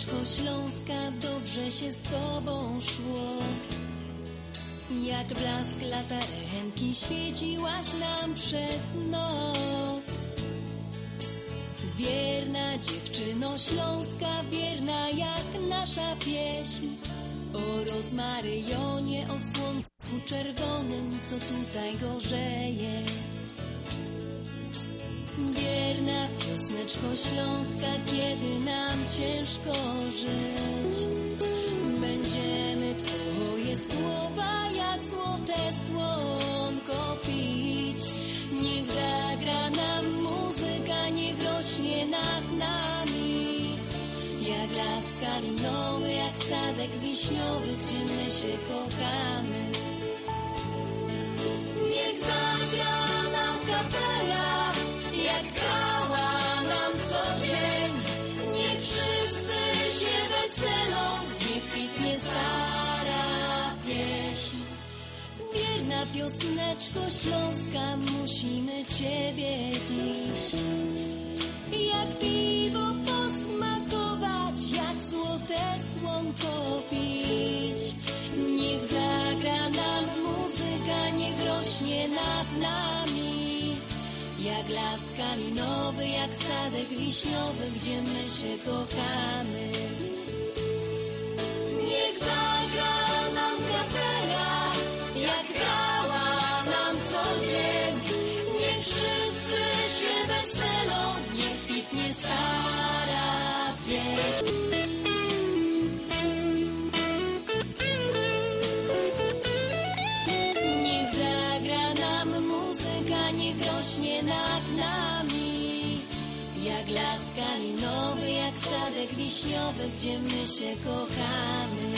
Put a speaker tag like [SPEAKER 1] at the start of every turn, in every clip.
[SPEAKER 1] piosneczko śląska, dobrze się z tobą szło. Jak blask latarenki świeciłaś nam przez noc. Wierna dziewczyno śląska, wierna jak nasza pieśń. O rozmaryjonie, o słonku czerwonym, co tutaj gorzeje. Wierna piosneczko śląska, kiedy nam ciężko żyć. Będziemy twoje słowa jak złote słonko pić. Niech zagra nam muzyka, niech rośnie nad nami. Jak las kalinowy, jak sadek wiśniowy, gdzie my się kochamy. Niech zagra nam kapela, jak grała nam co dzień. Niech wszyscy się weselą, niech kwitnie stara pieśń. Wierna piosneczko śląska, musimy ciebie dziś. Jak piwo posmakować, jak złote słonko pić. Niech zagra nam muzyka, niech rośnie nad nami. Jak las kalinowy, jak sadek wiśniowy, gdzie my się kochamy. Niech zagra nam kapela, jak grała nam co dzień. Niech wszyscy się weselą, niech kwitnie stara pieśń. Niech zagra nam muzyka, niech rośnie nad nami. Jak las kalinowy, jak sadek wiśniowy, gdzie my się kochamy.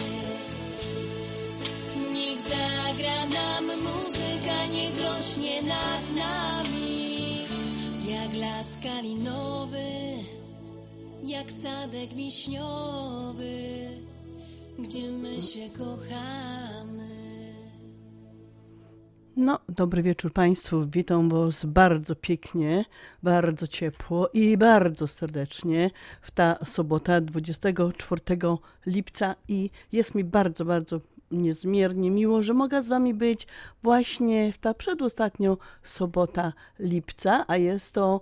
[SPEAKER 1] Niech zagra nam muzyka, niech rośnie nad nami. Jak las kalinowy, jak sadek wiśniowy, gdzie my się kochamy.
[SPEAKER 2] No, dobry wieczór Państwu. Witam Was bardzo pięknie, bardzo ciepło i bardzo serdecznie w ta sobota 24 lipca i jest mi bardzo, bardzo niezmiernie miło, że mogę z Wami być właśnie w ta przedostatnia sobota lipca, a jest to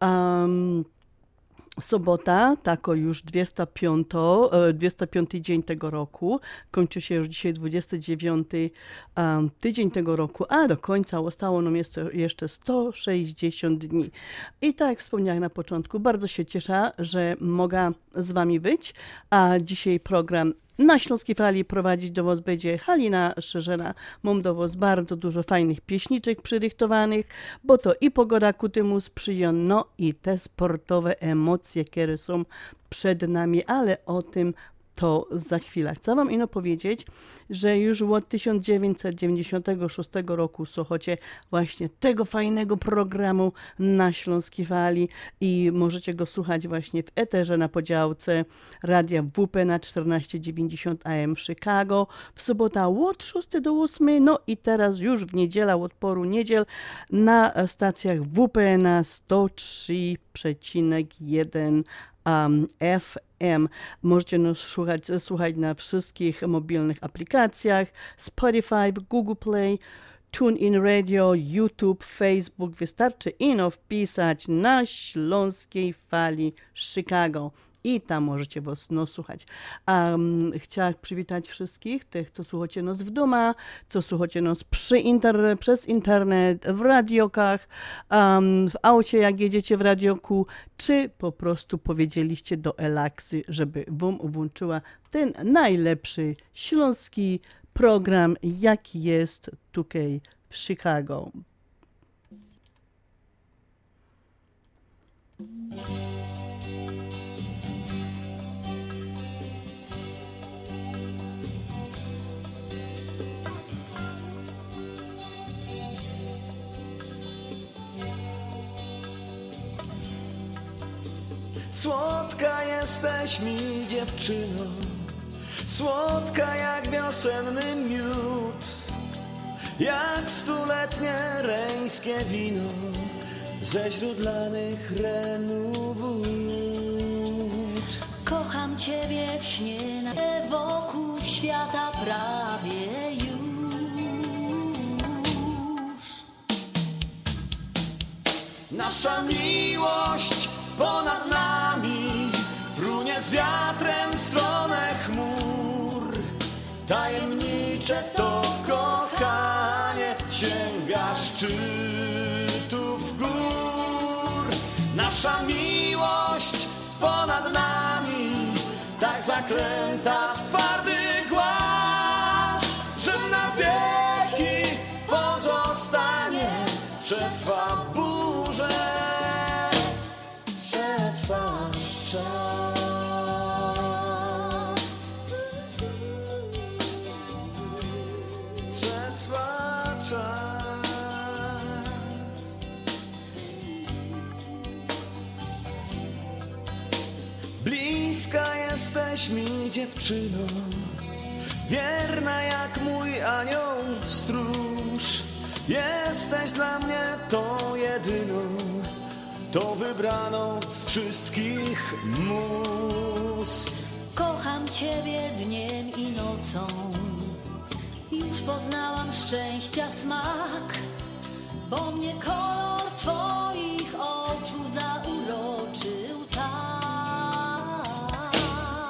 [SPEAKER 2] sobota, tako już 205 dzień tego roku. Kończy się już dzisiaj 29 tydzień tego roku, a do końca zostało nam jeszcze 160 dni. I tak jak wspomniałam na początku, bardzo się cieszę, że mogę z Wami być, a dzisiaj program na Śląskiej Fali prowadzić do Was będzie Halina Szerzena. Mam do Was bardzo dużo fajnych pieśniczek przydyktowanych, bo to i pogoda ku temu sprzyja, no i te sportowe emocje, które są przed nami, ale o tym to za chwilę. Chcę Wam ino powiedzieć, że już od 1996 roku słuchacie właśnie tego fajnego programu na Śląskiej Fali i możecie go słuchać właśnie w eterze na podziałce radia WP na 1490 AM w Chicago, w sobota od 6 do 8, no i teraz już w niedziela, od poru niedziel na stacjach WP na 103,1 FM. Możecie nas słuchać na wszystkich mobilnych aplikacjach, Spotify, Google Play, TuneIn Radio, YouTube, Facebook. Wystarczy ino wpisać na Śląskiej Fali Chicago i tam możecie was słuchać. Chciałam przywitać wszystkich tych, co słuchacie nas w domu, co słuchacie nas przez internet, w radiokach, w aucie, jak jedziecie w radioku, czy po prostu powiedzieliście do Elaksy, żeby wam włączyła ten najlepszy śląski program, jaki jest tutaj w Chicago.
[SPEAKER 3] Słodka jesteś mi, dziewczyno, słodka jak wiosenny miód, jak stuletnie reńskie wino ze źródlanych renów wód.
[SPEAKER 1] Kocham ciebie w śnie, wokół świata prawie już.
[SPEAKER 3] Nasza miłość ponad nami frunie z wiatrem w stronę chmur. Tajemnicze to kochanie sięga szczytów gór. Nasza miłość ponad nami tak zaklęta w twardy głaz, że na wieki pozostanie, przetrwa burzę, przetrwa czas. Przetrwa czas. Bliska jesteś mi, dziewczyno, wierna jak mój anioł stróż. Jesteś dla mnie tą jedyną, tą wybraną z wszystkich mus.
[SPEAKER 1] Kocham ciebie dniem i nocą, już poznałam szczęścia smak, bo mnie kolor twoich oczu zauroczył tak.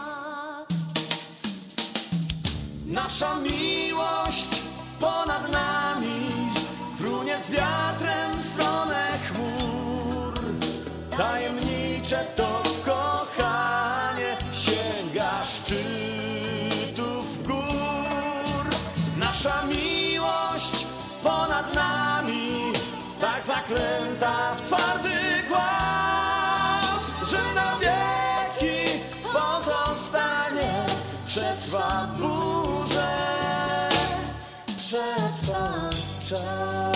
[SPEAKER 3] Nasza miłość ponad nami frunie z wiatrem w stronę chmur. Tajemnicze to kochanie sięga szczytów gór. Nasza miłość ponad nami tak zaklęta w twardy głaz, że na wieki pozostanie, przetrwa burzę, przetrwa czas.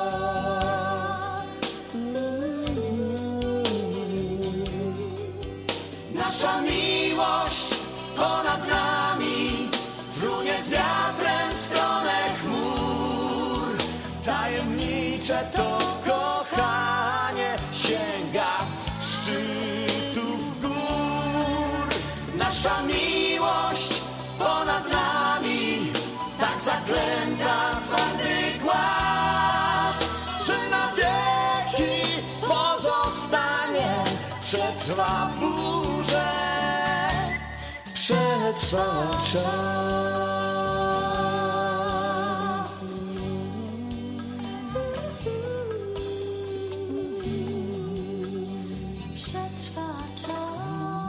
[SPEAKER 3] Nasza miłość ponad nami frunie z wiatrem w stronę chmur. Tajemnicze to kochanie sięga szczytów gór. Nasza miłość ponad nami tak zaklęta w twardy głaz, że na wieki pozostanie, przetrwa burzę, przetrwa czas.
[SPEAKER 1] Przetrwa czas.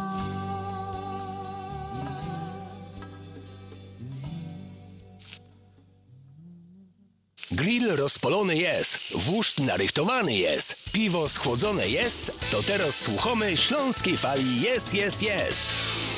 [SPEAKER 4] Grill rozpolony jest, wóżd narychtowany jest, piwo schłodzone jest, to teraz słuchamy Śląskiej Fali jest.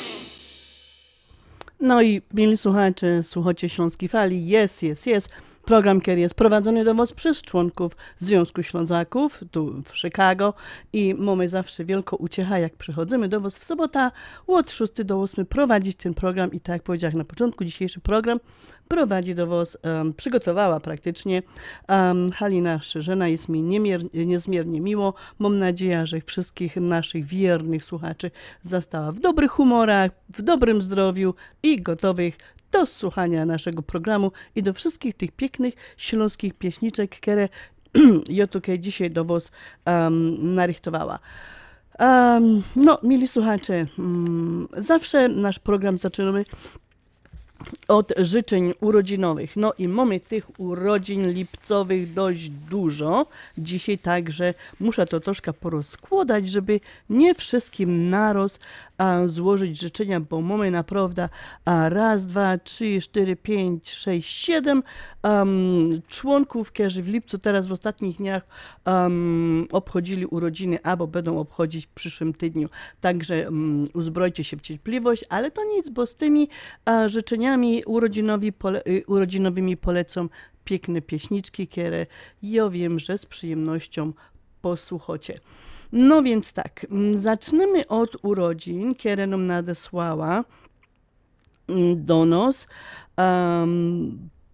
[SPEAKER 2] No i mieli słuchacze, słuchacie Śląskiej Fali, jest. Program, który jest prowadzony do was przez członków Związku Ślązaków tu w Chicago i mamy zawsze wielką uciechę, jak przychodzimy do was w sobotę od 6 do 8 prowadzić ten program i tak jak powiedziałam na początku, dzisiejszy program prowadzi do was, przygotowała praktycznie Halina Szerzena. Jest mi niezmiernie miło. Mam nadzieję, że wszystkich naszych wiernych słuchaczy zastała w dobrych humorach, w dobrym zdrowiu i gotowych do słuchania naszego programu i do wszystkich tych pięknych śląskich pieśniczek, które ja tutaj dzisiaj do was narychtowała. No, mili słuchacze, zawsze nasz program zaczynamy od życzeń urodzinowych. No i mamy tych urodzin lipcowych dość dużo. Dzisiaj także muszę to troszkę porozkładać, żeby nie wszystkim naraz złożyć życzenia, bo mamy naprawdę raz, dwa, trzy, 4, 5, 6, 7 członków, którzy w lipcu teraz w ostatnich dniach obchodzili urodziny albo będą obchodzić w przyszłym tygodniu. Także uzbrojcie się w cierpliwość, ale to nic, bo z tymi życzeniami urodzinowymi polecą piękne pieśniczki, które ja wiem, że z przyjemnością posłuchacie. No więc tak, zaczniemy od urodzin, które nam nadesłała do nas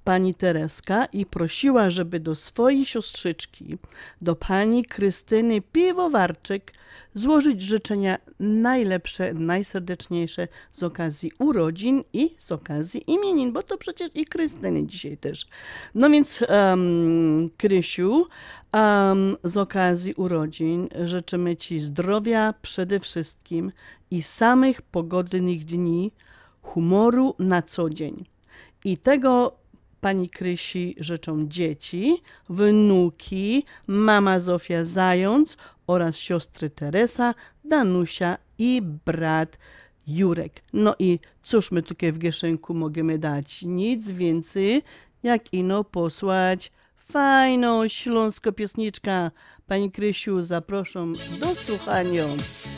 [SPEAKER 2] pani Tereska i prosiła, żeby do swojej siostrzyczki, do pani Krystyny Piwowarczyk złożyć życzenia najlepsze, najserdeczniejsze z okazji urodzin i z okazji imienin, bo to przecież i Krystyny dzisiaj też. No więc Krysiu, z okazji urodzin życzymy ci zdrowia przede wszystkim i samych pogodnych dni, humoru na co dzień. I tego pani Krysi życzą dzieci, wnuki, mama Zofia Zając oraz siostry Teresa, Danusia i brat Jurek. No i cóż my tutaj w Gieszenku możemy dać? Nic więcej, jak ino posłać fajną śląską piosniczkę. Pani Krysiu, zapraszam do słuchania.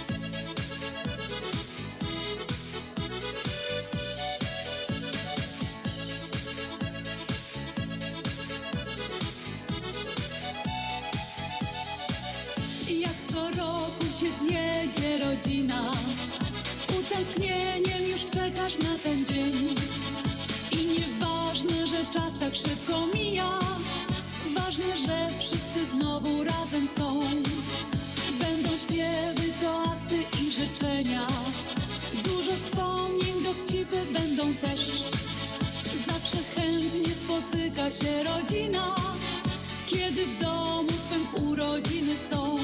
[SPEAKER 5] Jak co roku się zjedzie rodzina, z utęsknieniem już czekasz na ten dzień. I nieważne, że czas tak szybko mija, ważne, że wszyscy znowu razem są. Będą śpiewy, toasty i życzenia, dużo wspomnień, dowcipy będą też. Zawsze chętnie spotyka się rodzina, kiedy w domu twym urodziny są.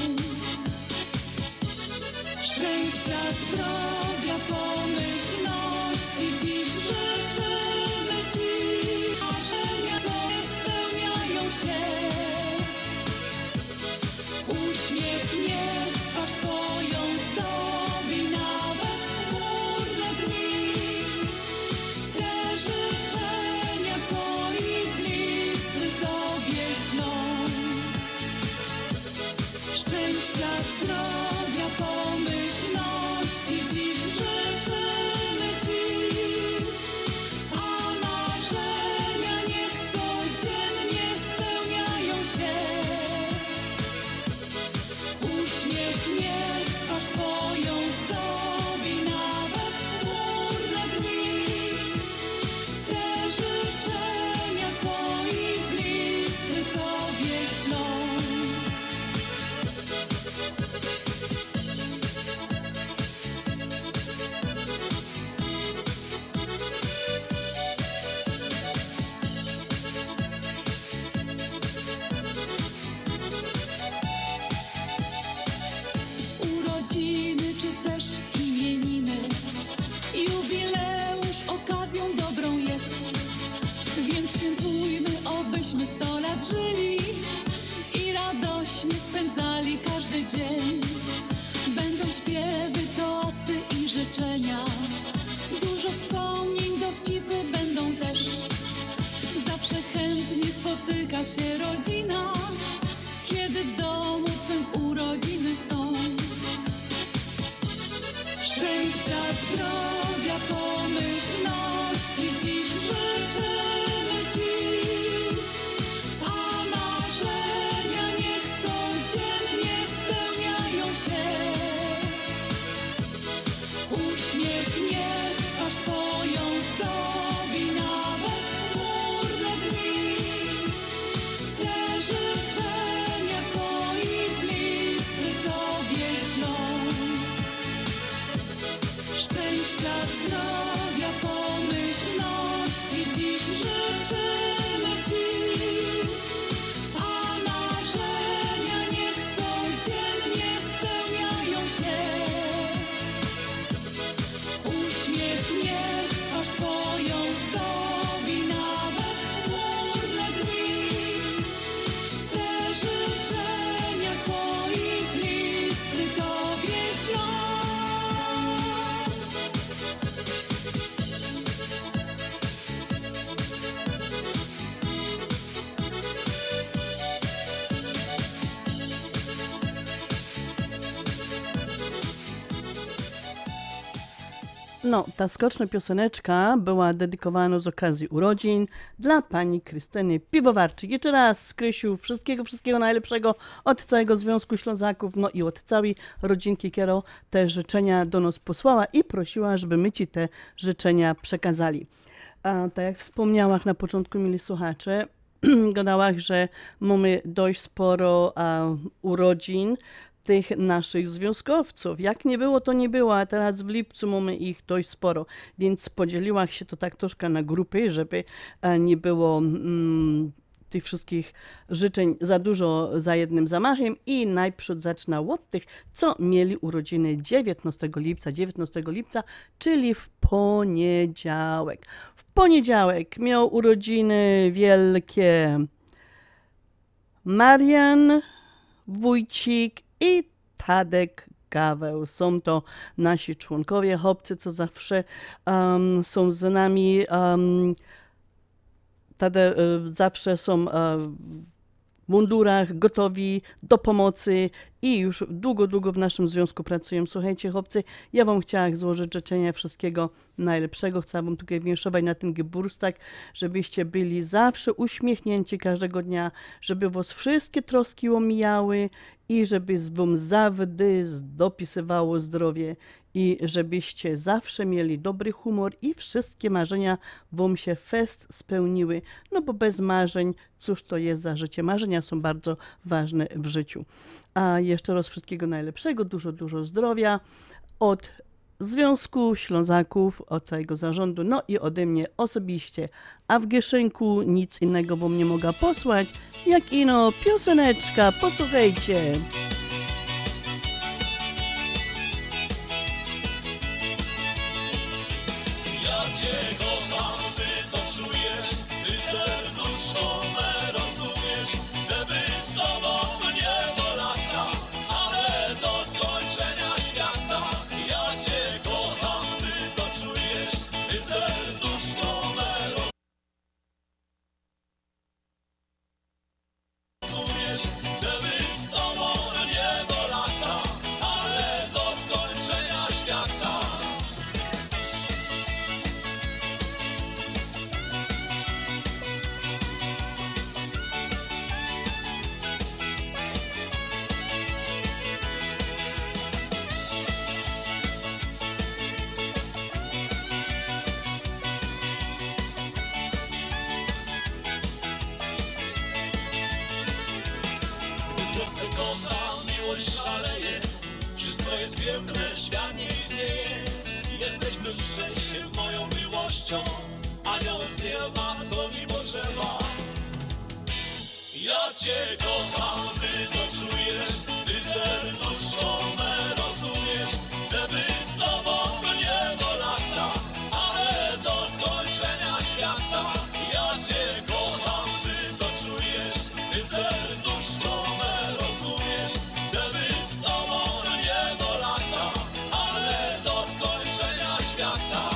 [SPEAKER 5] Szczęścia, zdrowia, pomyślności dziś życzymy ci. Marzenia, co spełniają się. Uśmiech niech twarz twoją zdobi nawet w chmurne dni. Te życzenia twoi bliscy tobie ślą. Szczęścia, zdrowia, pomyślności dziś życzymy ci, a marzenia niech codziennie spełniają się. Uśmiech niech twarz twoją zdobi nawet w chmurne dni. Te życzenia twoi bliscy tobie ślą. Urodziny czy też imieniny, jubileusz okazją dobrą jest, więc świętujmy, obyśmy 100 lat żyli i radośnie spędzali każdy dzień. Będą śpiewy, toasty i życzenia, dużo wspomnień, dowcipy będą też. Zawsze chętnie spotyka się rodzina, kiedy w domu twym urodziny są. Szczęścia, zdrowia, pomyślności dziś życzymy ci, a marzenia niech codziennie spełniają się. Uśmiech niech twarz twoją zdobi nawet w chmurne dni. Te życzenia twoi bliscy tobie ślą. Szczęścia, zdrowia, pomyślności dziś życzymy ci, a marzenia niech codziennie spełniają się. Uśmiech niech twarz twoją zdobi nawet w chmurne dni. Te życzenia twoi bliscy tobie ślą.
[SPEAKER 2] No, ta skoczna pioseneczka była dedykowana z okazji urodzin dla pani Krystyny Piwowarczyk. Jeszcze raz, Krysiu, wszystkiego najlepszego od całego Związku Ślązaków, no i od całej rodzinki, która te życzenia do nas posłała i prosiła, żeby my ci te życzenia przekazali. A tak jak wspomniałam na początku, mili słuchacze, gadałam, że mamy dość sporo urodzin tych naszych związkowców. Jak nie było, to nie było, a teraz w lipcu mamy ich dość sporo, więc podzieliłam się to tak troszkę na grupy, żeby nie było tych wszystkich życzeń za dużo za jednym zamachem i najpierw zacznę od tych, co mieli urodziny 19 lipca, czyli w poniedziałek. W poniedziałek miał urodziny wielkie Marian Wójcik i Tadek Gaweł. Są to nasi członkowie, chłopcy, co zawsze są z nami. Zawsze są w mundurach, gotowi do pomocy i już długo w naszym związku pracują. Słuchajcie, chłopcy, ja wam chciałam złożyć życzenia wszystkiego najlepszego. Chciałabym tutaj winszować na ten Geburtstag, żebyście byli zawsze uśmiechnięci każdego dnia, żeby was wszystkie troski omijały i żeby wam zawsze dopisywało zdrowie i żebyście zawsze mieli dobry humor i wszystkie marzenia wam się fest spełniły. No bo bez marzeń, cóż to jest za życie? Marzenia są bardzo ważne w życiu. A jeszcze raz wszystkiego najlepszego, dużo zdrowia od Związku Ślązaków, od całego zarządu, no i ode mnie osobiście. A w kieszonku nic innego wam nie mogę posłać, jak ino pioseneczka, posłuchajcie.
[SPEAKER 3] Ja cię kocham, ty to czujesz, ty serduszko me rozumiesz, żeby z tobą nie do lata, ale do skończenia świata. Ja cię kocham, ty to czujesz, ty serduszko me rozumiesz, żeby z tobą nie do lata, ale do skończenia świata. Serce kocha, miłość szaleje, wszystko jest piękne, świat nie istnieje. Jesteśmy szczęściem, moją miłością, aniołem z nieba, co mi potrzeba. Ja cię kocham, ty to czujesz, ty serduszko me rozumiesz, żeby z tobą nie do lata, ale do skończenia świata. Ja cię kocham, ty to czujesz, ty serduszko me rozumiesz, chcę być z tobą nie do lata, ale do skończenia świata.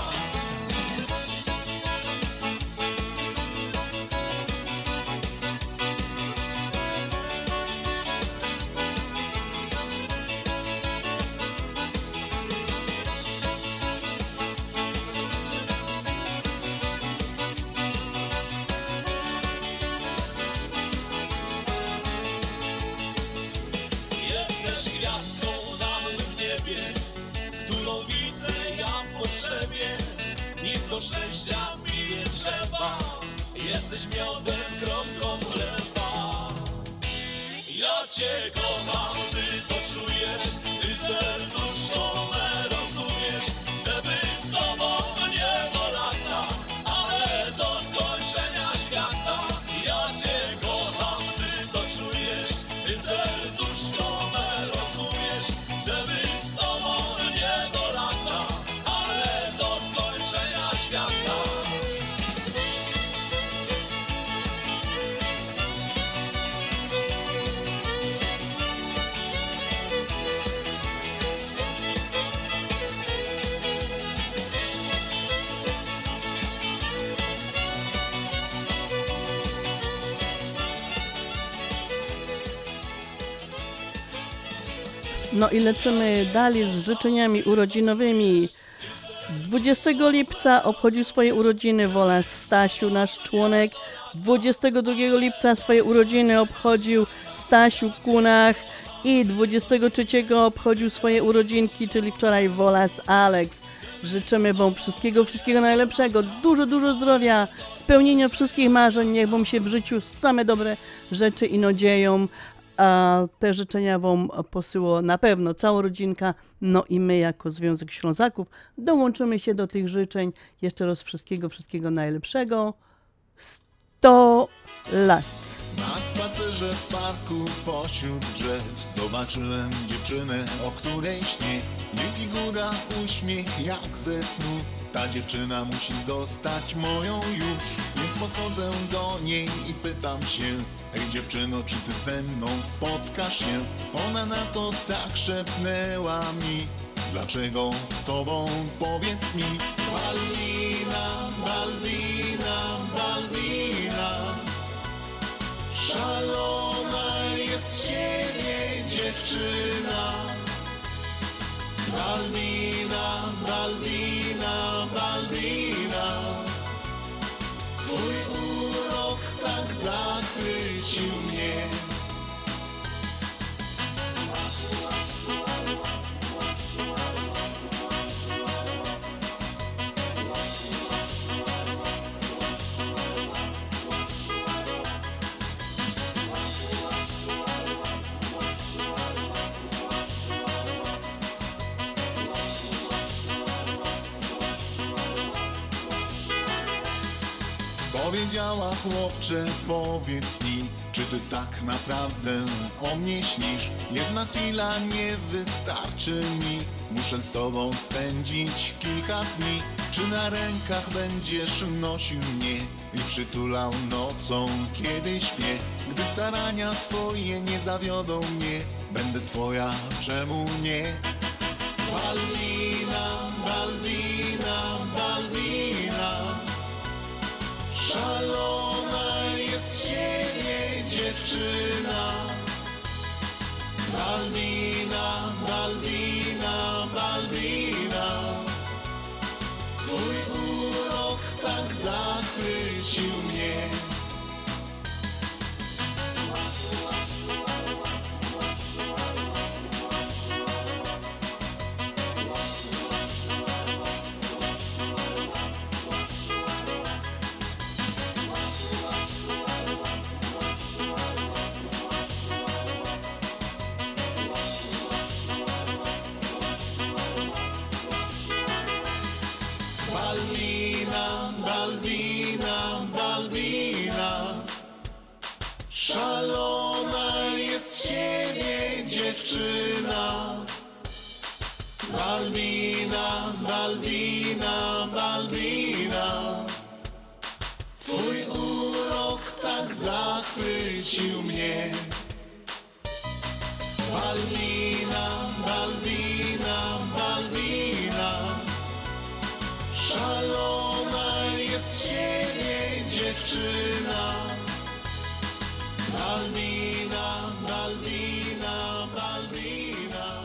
[SPEAKER 3] Jesteś gwiazdką na mym niebie, którą widzę ja w potrzebie. Nic do szczęścia mi nie trzeba, jesteś miodem, kropką chleba. Ja cię kocham, ty to czujesz, ty serduszko me rozumiesz, chcę być z tobą nie do lata, ale do skończenia świata. Ja cię kocham, ty to czujesz, ty serduszko me rozumiesz, chcę być z tobą nie do lata, ale do skończenia świata.
[SPEAKER 2] No i lecimy dalej z życzeniami urodzinowymi. 20 lipca obchodził swoje urodziny Wola Stasiu, nasz członek. 22 lipca swoje urodziny obchodził Stasiu Kunach i 23 obchodził swoje urodzinki, czyli wczoraj Wolas Alex. Życzymy wam wszystkiego, wszystkiego najlepszego, dużo, dużo zdrowia, spełnienia wszystkich marzeń, niech wam się w życiu same dobre rzeczy i nadzieją. A te życzenia wam posyło na pewno cała rodzinka, no i my jako Związek Ślązaków dołączymy się do tych życzeń. Jeszcze raz wszystkiego, wszystkiego najlepszego. 100 lat.
[SPEAKER 6] Na spacerze w parku pośród drzew zobaczyłem dziewczynę, o której śnię. Jej figura, uśmiech jak ze snu. Ta dziewczyna musi zostać moją już. Więc podchodzę do niej i pytam się: hej dziewczyno, czy ty ze mną spotkasz się? Ona na to tak szepnęła mi: dlaczego z tobą, powiedz mi. Balbina, Balbina, Balbina, szalona jest z siebie dziewczyna. Balbina, Balbina, Balbina, twój urok tak zachwycił mnie. Powiedziała: chłopcze, powiedz mi, czy ty tak naprawdę o mnie śnisz? Jedna chwila nie wystarczy mi, muszę z tobą spędzić kilka dni. Czy na rękach będziesz nosił mnie i przytulał nocą, kiedy śpię? Gdy starania twoje nie zawiodą mnie, będę twoja, czemu nie? Balbina, Balbina, Balbina, szalona jest z siebie dziewczyna. Balbina, Balbina, Balbina, twój urok tak zachwycił mnie. Balbina, Balbina, Balbina, szalona jest z siebie dziewczyna. Balbina, Balbina, Balbina, twój urok tak zachwycił mnie. Balbina, Balbina, Balbina, szalona jest z siebie dziewczyna. Balbina, Balbina, Balbina.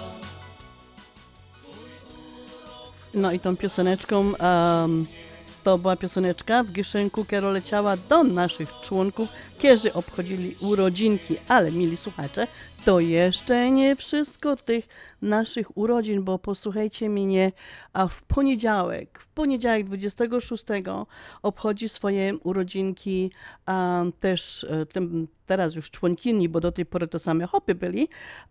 [SPEAKER 2] No i tą pioseneczką, to była pioseneczka w Gieszynku, która leciała do naszych członków, którzy obchodzili urodzinki. Ale, mili słuchacze, to jeszcze nie wszystko tych naszych urodzin, bo posłuchajcie mnie, a w poniedziałek 26 obchodzi swoje urodzinki też teraz już członkini, bo do tej pory to same hopy byli,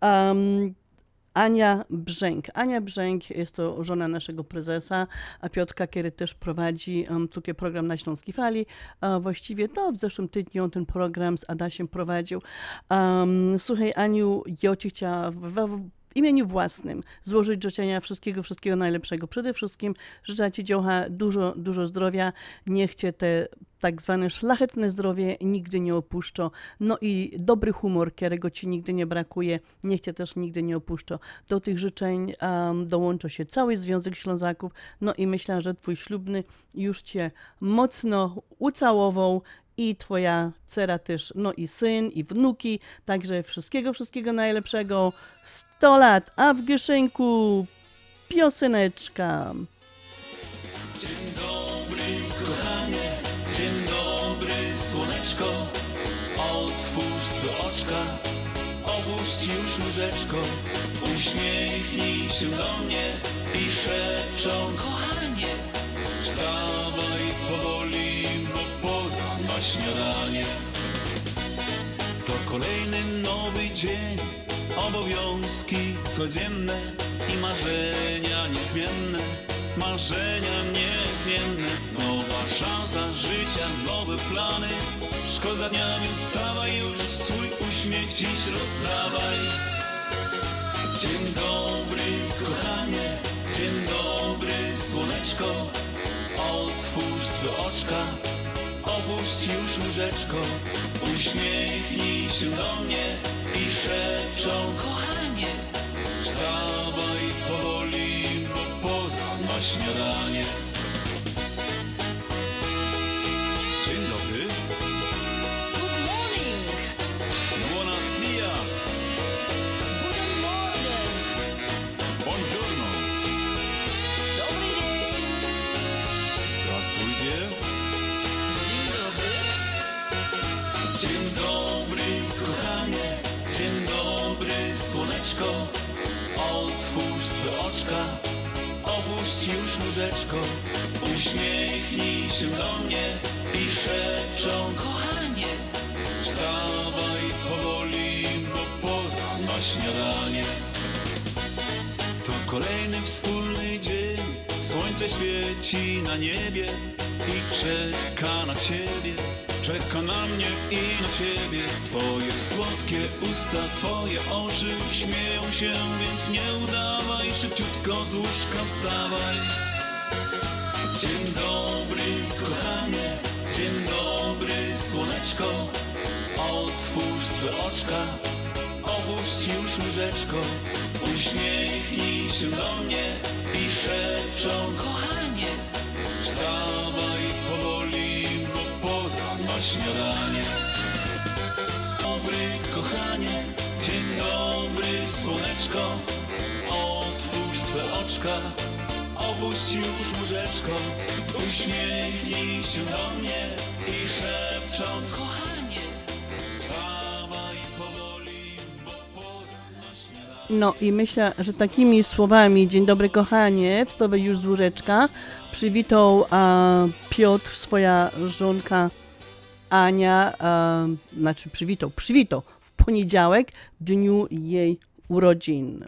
[SPEAKER 2] Ania Brzęk. Ania Brzęk jest to żona naszego prezesa, a Piotrka, który też prowadzi tutaj program na Śląskiej Fali. Właściwie to w zeszłym tygodniu on ten program z Adasiem prowadził. Słuchaj, Aniu, ja ci chciała w imieniu własnym złożyć życzenia wszystkiego, wszystkiego najlepszego. Przede wszystkim życzę ci, dziołcha, dużo, dużo zdrowia. Niech cię te tak zwane szlachetne zdrowie nigdy nie opuszcza. No i dobry humor, którego ci nigdy nie brakuje, niech cię też nigdy nie opuszcza. Do tych życzeń dołącza się cały Związek Ślązaków. No i myślę, że twój ślubny już cię mocno ucałował. I twoja dcera też, no i syn, i wnuki. Także wszystkiego, wszystkiego najlepszego. 100 lat, a w Gieszynku pioseneczka.
[SPEAKER 3] Dzień dobry, kochanie, dzień dobry, słoneczko. Otwórz swe oczka, opuść już łóżeczko. Uśmiech Uśmiechnij się do mnie i szepcząc:
[SPEAKER 5] Kochanie,
[SPEAKER 3] wstawaj powoli, bo pora na śniadanie. To kolejny nowy dzień, obowiązki codzienne i marzenia niezmienne, marzenia niezmienne. Nowa szansa życia, nowe plany. Szkoda dnia, więc wstawaj już, swój uśmiech dziś rozdawaj. Dzień dobry, kochanie, dzień dobry, słoneczko. Otwórz swe oczka, opuść już łóżeczko. Uśmiechnij się do mnie i szepcząc:
[SPEAKER 5] kochanie,
[SPEAKER 3] wstawaj powoli, bo pora na śniadanie. Dzień dobry.
[SPEAKER 1] Good morning.
[SPEAKER 3] Buenos dias.
[SPEAKER 1] Guten Morgen.
[SPEAKER 3] Buongiorno.
[SPEAKER 1] Dobry dzień.
[SPEAKER 3] Здравствуйте.
[SPEAKER 1] Dzień dobry.
[SPEAKER 3] Dzień dobry, kochanie, dzień dobry, słoneczko. Otwórz swe oczka, opuść już łóżeczko. Uśmiechnij się do mnie i szepcząc:
[SPEAKER 5] kochanie,
[SPEAKER 3] wstawaj powoli, bo pora na śniadanie. To kolejny wspólny dzień, słońce świeci na niebie i czeka na ciebie. Czeka na mnie i na ciebie. Twoje słodkie usta, twoje oczy śmieją się, więc nie udawaj, szybciutko z łóżka wstawaj. Dzień dobry, kochanie, dzień dobry, słoneczko. Otwórz swe oczka, opuść już łóżeczko. Uśmiechnij się do mnie i szepcząc:
[SPEAKER 5] kochanie,
[SPEAKER 3] wstawaj powoli, bo pora na śniadanie. Dobry, kochanie, dzień dobry, słoneczko. Otwórz swe oczka, opuść już łóżeczko. Uśmiechnij się do mnie i szepcząc:
[SPEAKER 5] kochanie.
[SPEAKER 3] wstawaj powoli, bo pora na śniadanie.
[SPEAKER 2] No i myślę, że takimi słowami: dzień dobry kochanie, wstawaj już z łóżeczka, przywitał Piotr, swoja żonka Ania, znaczy przywitał w poniedziałek, w dniu jej urodzin.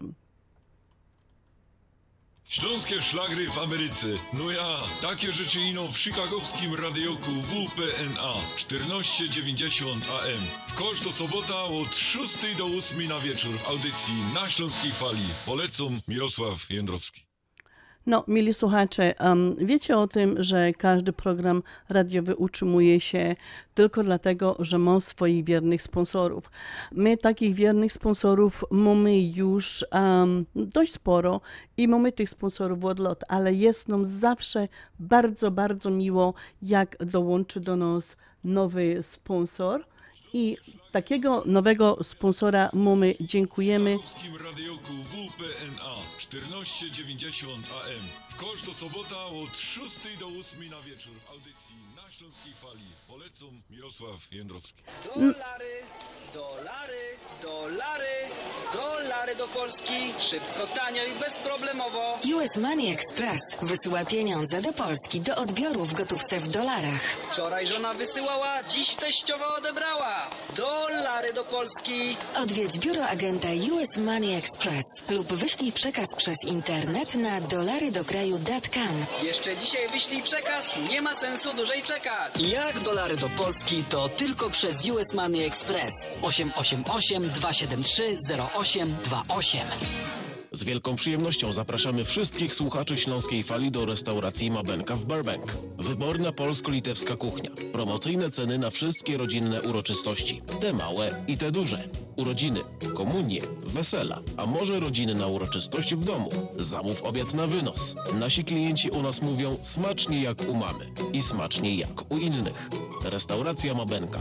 [SPEAKER 7] Śląskie szlagry w Ameryce. No ja, takie rzeczy ino w chicagowskim radioku WPNA 1490 AM. W każdą sobota od 6 do 8 na wieczór w audycji na Śląskiej Fali. Polecam Mirosław Jędrowski.
[SPEAKER 2] No, mili słuchacze, wiecie o tym, że każdy program radiowy utrzymuje się tylko dlatego, że ma swoich wiernych sponsorów. My takich wiernych sponsorów mamy już dość sporo i mamy tych sponsorów od lat, ale jest nam zawsze bardzo, bardzo miło, jak dołączy do nas nowy sponsor. I takiego nowego sponsora mamy, dziękujemy.
[SPEAKER 7] W chicagowskim radioku WPNA 1490 AM. W każdą sobota od 6 do 8 na wieczór w audycji na Śląskiej Fali. Polecam Mirosław Jędrowski.
[SPEAKER 8] Dolary, dolary, dolary, dolary do Polski. Szybko, tanio i bezproblemowo.
[SPEAKER 9] US Money Express wysyła pieniądze do Polski do odbioru w gotówce w dolarach.
[SPEAKER 8] Wczoraj żona wysyłała, dziś teściowa odebrała. Dolary do Polski.
[SPEAKER 9] Odwiedź biuro agenta US Money Express lub wyślij przekaz przez internet na dolarydokraju.com.
[SPEAKER 8] Jeszcze dzisiaj wyślij przekaz, nie ma sensu dłużej czekać. Jak dolary do Polski, to tylko przez US Money Express. 888 273 0828.
[SPEAKER 10] Z wielką przyjemnością zapraszamy wszystkich słuchaczy Śląskiej Fali do restauracji Mabenka w Burbank. Wyborna polsko-litewska kuchnia. Promocyjne ceny na wszystkie rodzinne uroczystości. Te małe i te duże. Urodziny, komunie, wesela, a może rodziny na uroczystość w domu. Zamów obiad na wynos. Nasi klienci u nas mówią smacznie jak u mamy i smacznie jak u innych. Restauracja Mabenka,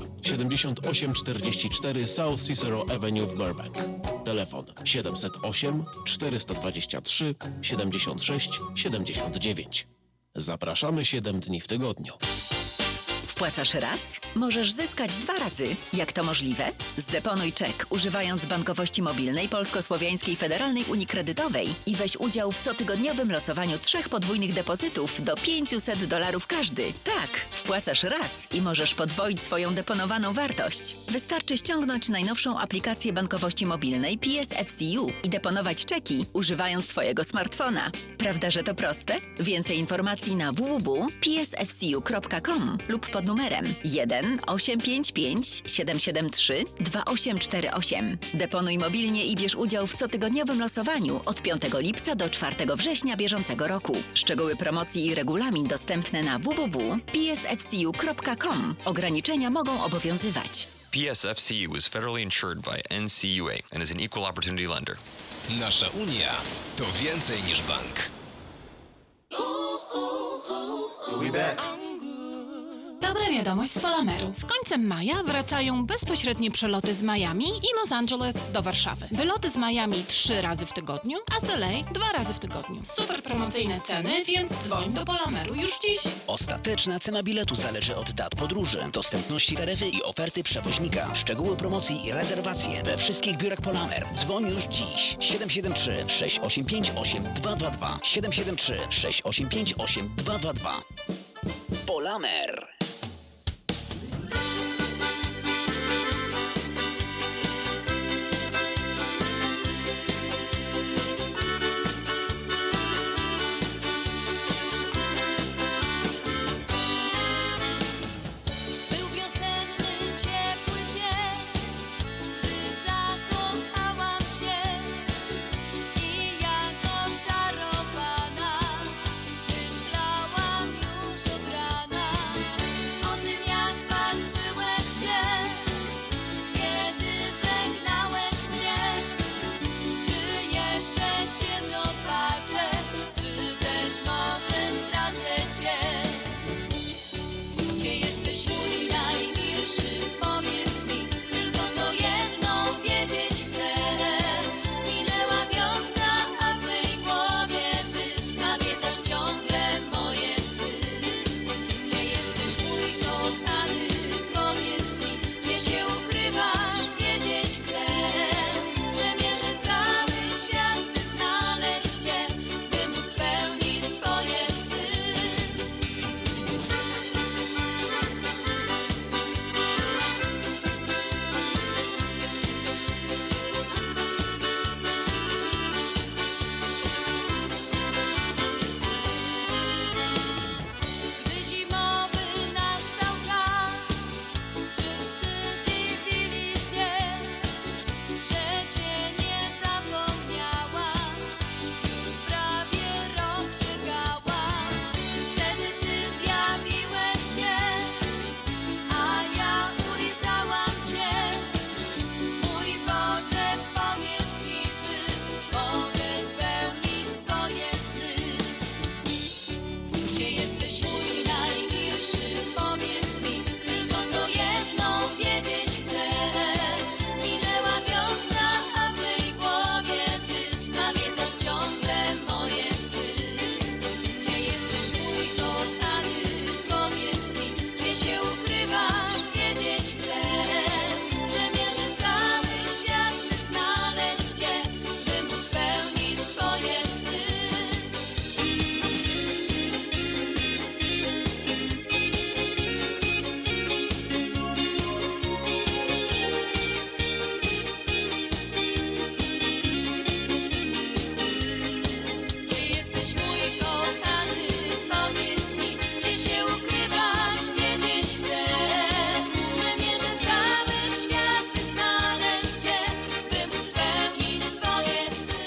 [SPEAKER 10] 7844 South Cicero Avenue w Burbank. Telefon 708 423 76 79. Zapraszamy 7 dni w tygodniu.
[SPEAKER 11] Wpłacasz raz? Możesz zyskać 2 razy. Jak to możliwe? Zdeponuj czek używając bankowości mobilnej Polsko-Słowiańskiej Federalnej Unii Kredytowej i weź udział w cotygodniowym losowaniu 3 podwójnych depozytów do $500 każdy. Tak, wpłacasz raz i możesz podwoić swoją deponowaną wartość. Wystarczy ściągnąć najnowszą aplikację bankowości mobilnej PSFCU i deponować czeki używając swojego smartfona. Prawda, że to proste? Więcej informacji na www.psfcu.com lub pod numerem 1 855 773 2848. Deponuj mobilnie i bierz udział w cotygodniowym losowaniu od 5 lipca do 4 września bieżącego roku. Szczegóły promocji i regulamin dostępne na www.psfcu.com. Ograniczenia mogą obowiązywać.
[SPEAKER 12] PSFCU is federally insured by NCUA and is an equal opportunity lender.
[SPEAKER 4] Nasza Unia to więcej niż bank.
[SPEAKER 13] Dobra wiadomość z Polameru. Z końcem maja wracają bezpośrednie przeloty z Miami i Los Angeles do Warszawy. Wyloty z Miami 3 razy w tygodniu, a z LA 2 razy w tygodniu. Super promocyjne ceny, więc dzwoń do Polameru już dziś.
[SPEAKER 8] Ostateczna cena biletu zależy od dat podróży, dostępności taryfy i oferty przewoźnika. Szczegóły promocji i rezerwacje we wszystkich biurach Polamer. Dzwoń już dziś. 773 685 8222. 773 685 8222. Polamer.
[SPEAKER 1] Był wiosenny, ciepły dzień, gdy zakochałam się i jak oczarowana myślałam już od rana o tym, jak patrzyłeś się, kiedy żegnałeś mnie. Czy jeszcze cię zobaczę, czy też może stracę cię? Gdzie jesteś, mój najmilszy, powiedz mi, tylko to jedno wiedzieć chcę. Minęła wiosna, a w mej głowie ty nawiedzasz ciągle moje sny. Gdzie jesteś, mój kochany, powiedz mi, gdzie się ukrywasz, wiedzieć chcę. Przemierzę cały świat, by znaleźć cię, by móc spełnić swoje sny. Gdy zimowy nastał czas, wszyscy dziwili się, że cię nie zapomniałam. Już prawie rok czekałam, wtedy ty zjawiłeś się, a ja ujrzałam cię. Mój Boże, powiedz mi, czy mogę spełnić swoje sny. Gdzie jesteś, mój najmilszy, powiedz mi, tylko to jedno wiedzieć chcę. Minęła wiosna, a w mej głowie ty nawiedzasz ciągle moje sny. Gdzie jesteś, mój kochany, powiedz mi, gdzie się ukrywasz, wiedzieć chcę. Przemierzę cały świat, by znaleźć cię, by móc spełnić swoje sny. Gdzie jesteś, mój kochany, powiedz mi, gdzie się ukrywasz, wiedzieć chcę. Przemierzę cały świat, by znaleźć cię, by móc spełnić swoje sny.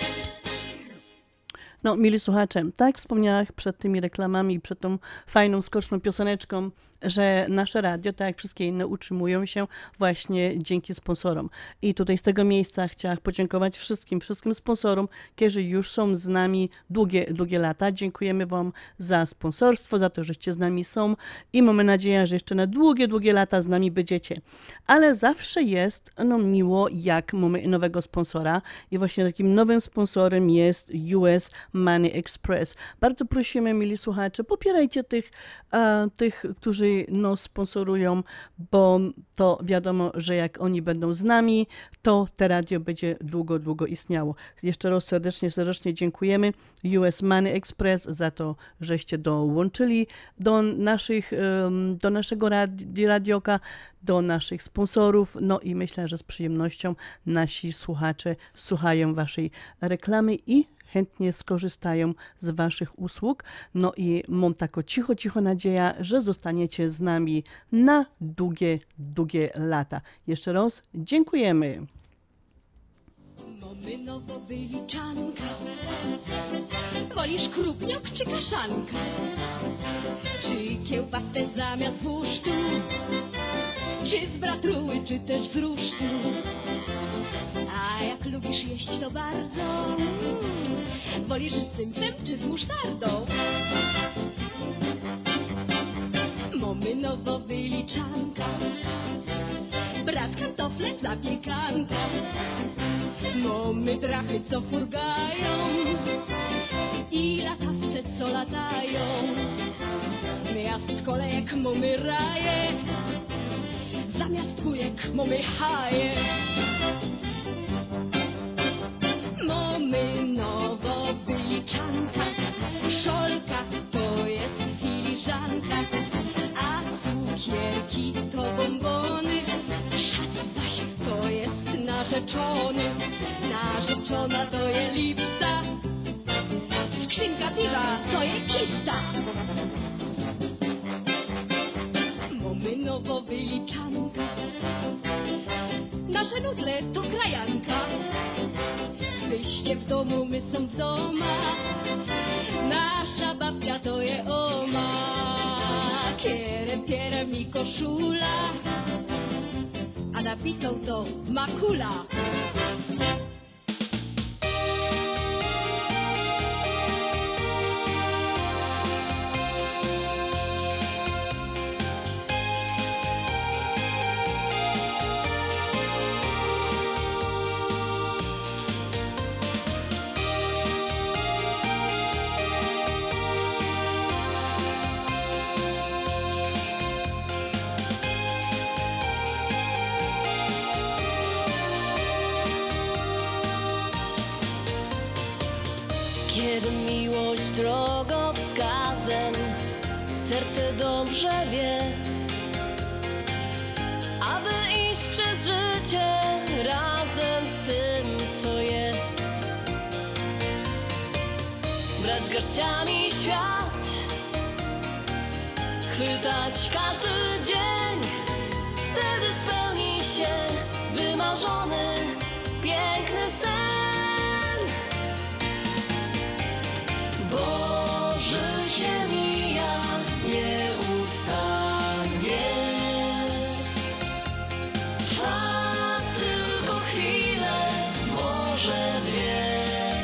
[SPEAKER 2] No, mili słuchacze, tak jak wspomniałam przed tymi reklamami, przed tą fajną, skoczną pioseneczką, że nasze radio, tak jak wszystkie inne, utrzymują się właśnie dzięki sponsorom. I tutaj z tego miejsca chciałam podziękować wszystkim sponsorom, którzy już są z nami długie lata. Dziękujemy wam za sponsorstwo, za to, żeście z nami są i mamy nadzieję, że jeszcze na długie lata z nami będziecie. Ale zawsze jest miło, jak mamy nowego sponsora i właśnie takim nowym sponsorem jest US Money Express. Bardzo prosimy, mili słuchacze, popierajcie tych, którzy nas sponsorują, bo to wiadomo, że jak oni będą z nami, to te radio będzie długo, długo istniało. Jeszcze raz serdecznie dziękujemy US Money Express za to, żeście dołączyli do naszego radioka, do naszych sponsorów, no i myślę, że z przyjemnością nasi słuchacze słuchają waszej reklamy i chętnie skorzystają z waszych usług. No i mam taką cicho nadzieję, że zostaniecie z nami na długie lata. Jeszcze raz dziękujemy.
[SPEAKER 5] Mamy nowowyliczanka. Wolisz krupniok czy kaszanka? Czy kiełbasę zamiast wusztu? Czy z bratruły, czy też z rusztu? A jak lubisz jeść to bardzo, wolisz z cymsem czy z musztardą? Mamy nowowyliczanka. Brat kartofle, zapiekanka. Mamy drachy, co furgają i latawce, co latają. Miast kolejek mamy raje, zamiast kujek mamy haje. Mamy nowowyliczanka. Szolka to jest filiżanka, a cukierki to bombony. Szat zaś to jest narzeczony. Narzeczona to je lipsa, skrzynka piwa to je kista. Mamy nowowyliczanka. Nasze nudle to krajanka. Wyście w domu, my są w doma. Nasza babcia to je oma. Kierem, pierem i koszula, a napisał to makula.
[SPEAKER 1] Kiedy miłość drogowskazem, serce dobrze wie, aby iść przez życie razem z tym, co jest. Brać garściami świat, chwytać każdy dzień, wtedy spełni się wymarzony, piękny sen. Bo życie mija nieustannie, trwa tylko chwilę, może dwie.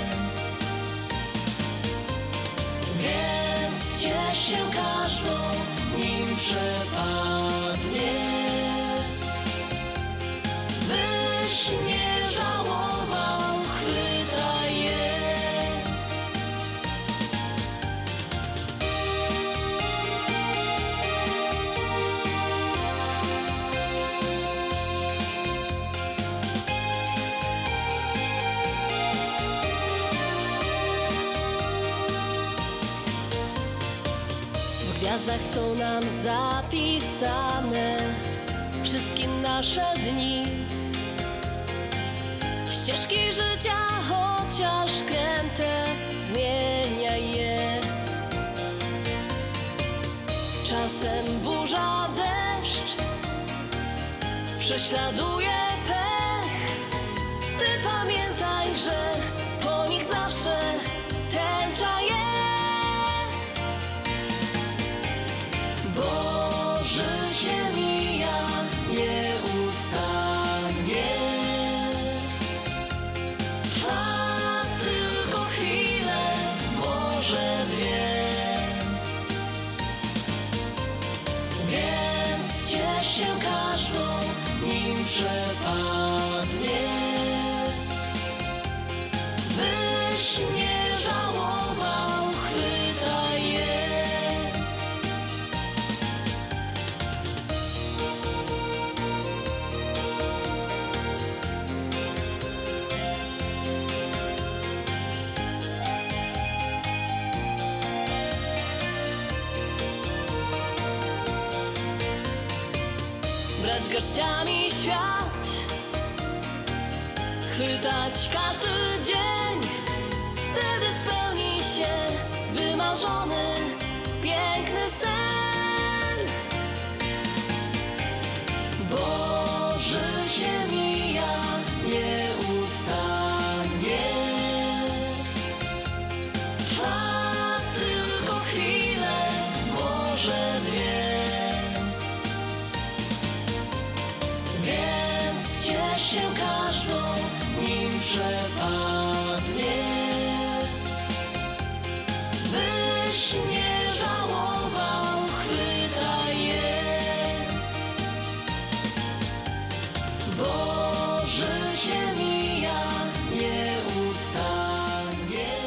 [SPEAKER 1] Więc ciesz się każdą, nim przepadnie, byś nie żałował, chwytaj je. W gwiazdach są nam zapisane wszystkie nasze dni, ścieżki życia, chociaż kręte, zmieniaj je. Czasem burza, deszcz prześladuje pech. Ty pamiętaj, że po nich zawsze tęcza jest. Bo życie mija nieustannie, trwa tylko chwilę, może dwie. Więc ciesz się każdą, nim przepadnie, byś nie żałował. Zbierać garściami świat, chwytać każdy dzień, wtedy spełni się wymarzony, piękny sen. Bo życie mija nieustannie, trwa tylko chwilę, może dwie, więc ciesz się każdą, nim przepadnie, byś nie żałował, chwytaj je, bo życie mija nieustannie.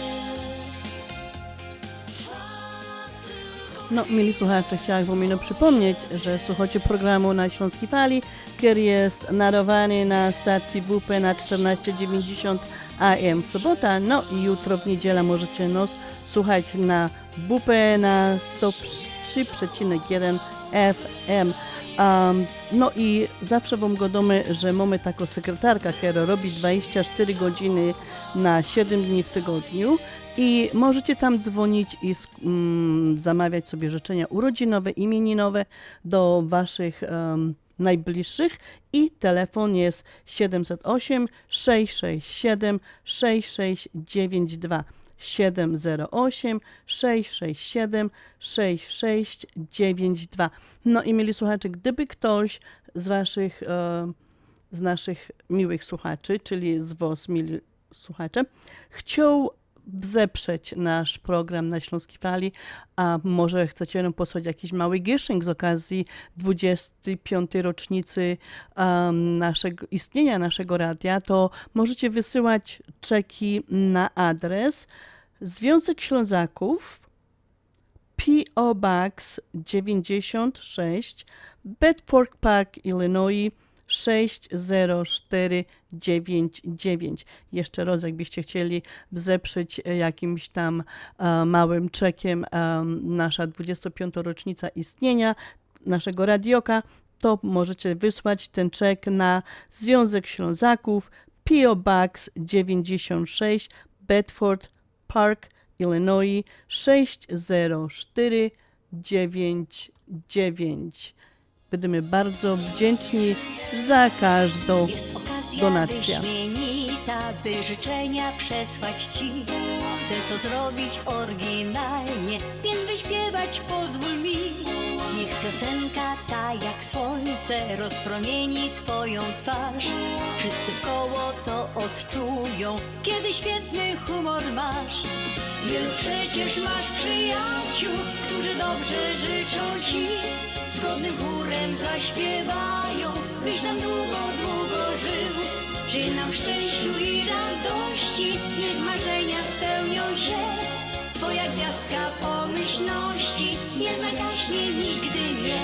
[SPEAKER 2] No, mili słuchacze, chciałabym wam przypomnieć, że słuchacie programu na Śląskiej Fali, który jest nadawany na stacji WP na 1490 AM w sobotę, no i jutro w niedzielę możecie nas słuchać na WP na 103,1 FM. No i zawsze wam godzimy, że mamy taką sekretarkę, która robi 24 godziny na 7 dni w tygodniu i możecie tam dzwonić i zamawiać sobie życzenia urodzinowe, imieninowe do waszych najbliższych i telefon jest 708 667 6692. 708 667 6692. No i mieli słuchacze, gdyby ktoś z naszych miłych słuchaczy, czyli z was, mili słuchacze, chciał wesprzeć nasz program na Śląskiej Fali, a może chcecie nam posłać jakiś mały gieszynk z okazji 25. rocznicy istnienia naszego radia, to możecie wysyłać czeki na adres Związek Ślązaków, P.O. Box 96, Bedford Park, Illinois 60499. Jeszcze raz, jakbyście chcieli wesprzeć jakimś tam małym czekiem nasza 25. rocznica istnienia naszego radioka, to możecie wysłać ten czek na Związek Ślązaków, P.O. Box 96, Bedford Park, Illinois 60499. Będziemy bardzo wdzięczni za każdą donację.
[SPEAKER 14] Wyśmienita, by życzenia przesłać ci. Chcę to zrobić oryginalnie, więc wyśpiewać pozwól mi. Niech piosenka ta jak słońce rozpromieni twoją twarz. Wszyscy wkoło to odczują, kiedy świetny humor masz. Wielu przecież masz przyjaciół, którzy dobrze życzą ci. Zgodnym chórem zaśpiewają, byś nam długo, długo żył. Żyj nam w szczęściu i radości, niech marzenia spełnią się. Twoja gwiazdka pomyślności nie zagaśnie nigdy, nie.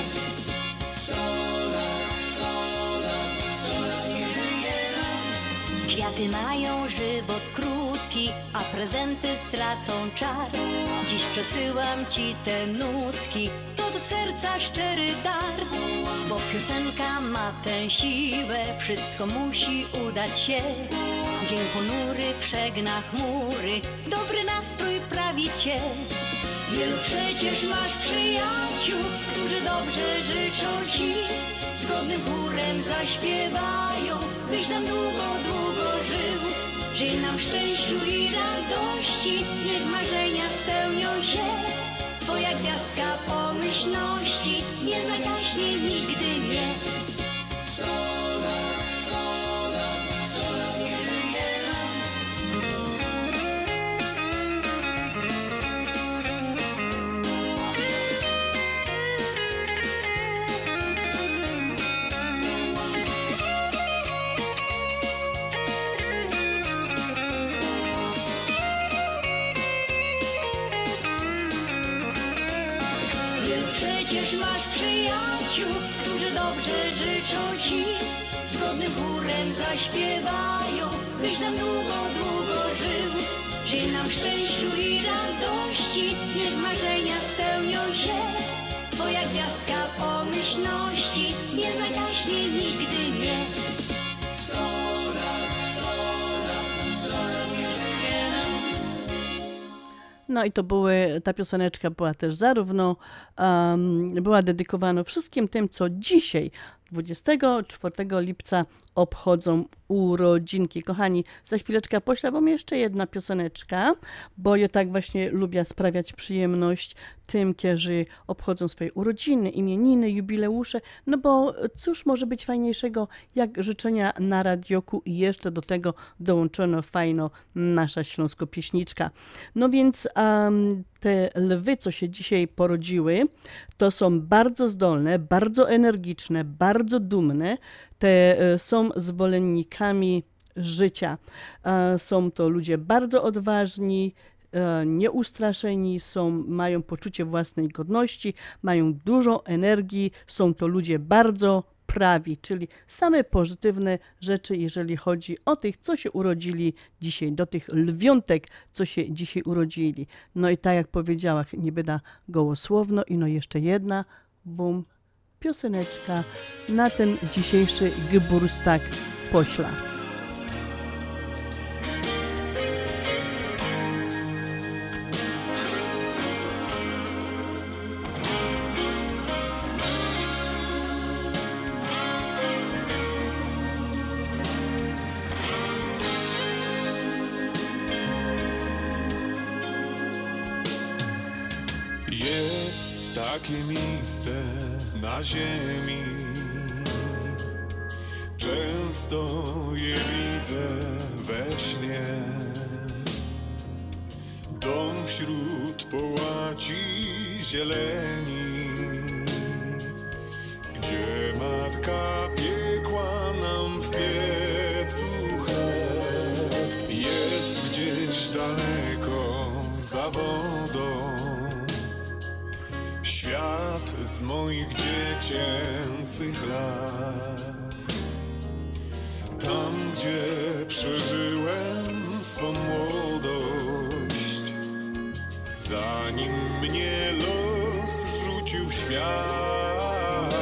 [SPEAKER 14] Kwiaty mają żywot krótki, a prezenty stracą czar. Dziś przesyłam ci te nutki, to do serca szczery dar. Bo piosenka ma tę siłę, wszystko musi udać się. Dzień ponury przegna chmury, w dobry nastrój prawi cię. Wielu przecież masz przyjaciół, którzy dobrze życzą ci. Zgodnym chórem zaśpiewają, byś nam długo, długo żył. Żyj nam w szczęściu i radości, niech marzenia spełnią się. Twoja gwiazdka pomyślności nie zagaśnie nigdy, nie. Przecież masz przyjaciół, którzy dobrze życzą ci. Zgodnym chórem zaśpiewają, byś nam długo, długo żył. Żyj nam w szczęściu i radości, niech marzenia spełnią się. twoja gwiazdka pomyślności nie zagaśnie nigdy, nie.
[SPEAKER 3] 100 lat, 100 lat już nie nam.
[SPEAKER 2] No i ta pioseneczka była też zarówno, była dedykowana wszystkim tym, co dzisiaj, 24 lipca obchodzą urodzinki. Kochani, za chwileczkę poślę wam jeszcze jedna pioseneczka, bo ja tak właśnie lubię sprawiać przyjemność tym, którzy obchodzą swoje urodziny, imieniny, jubileusze, no bo cóż może być fajniejszego jak życzenia na radioku i jeszcze do tego dołączono fajno nasza śląsko-pieśniczka. No więc te lwy, co się dzisiaj porodziły, to są bardzo zdolne, bardzo energiczne, bardzo dumne. Te są zwolennikami życia. Są to ludzie bardzo odważni, nieustraszeni, mają poczucie własnej godności, mają dużo energii, są to ludzie bardzo prawi, czyli same pozytywne rzeczy, jeżeli chodzi o tych, co się urodzili dzisiaj, do tych lwiątek, co się dzisiaj urodzili. No i tak jak powiedziała, nie będę gołosłowno i no jeszcze jedna, bum, pioseneczka na ten dzisiejszy Geburtstag pośla.
[SPEAKER 15] Takie miejsce na ziemi, często je widzę we śnie. Dom wśród połaci zieleni, gdzie matka piekła nam w piecu chleb. Jest gdzieś daleko za wodą świat z moich dziecięcych lat. Tam, gdzie przeżyłem swą młodość, zanim mnie los wrzucił w świat.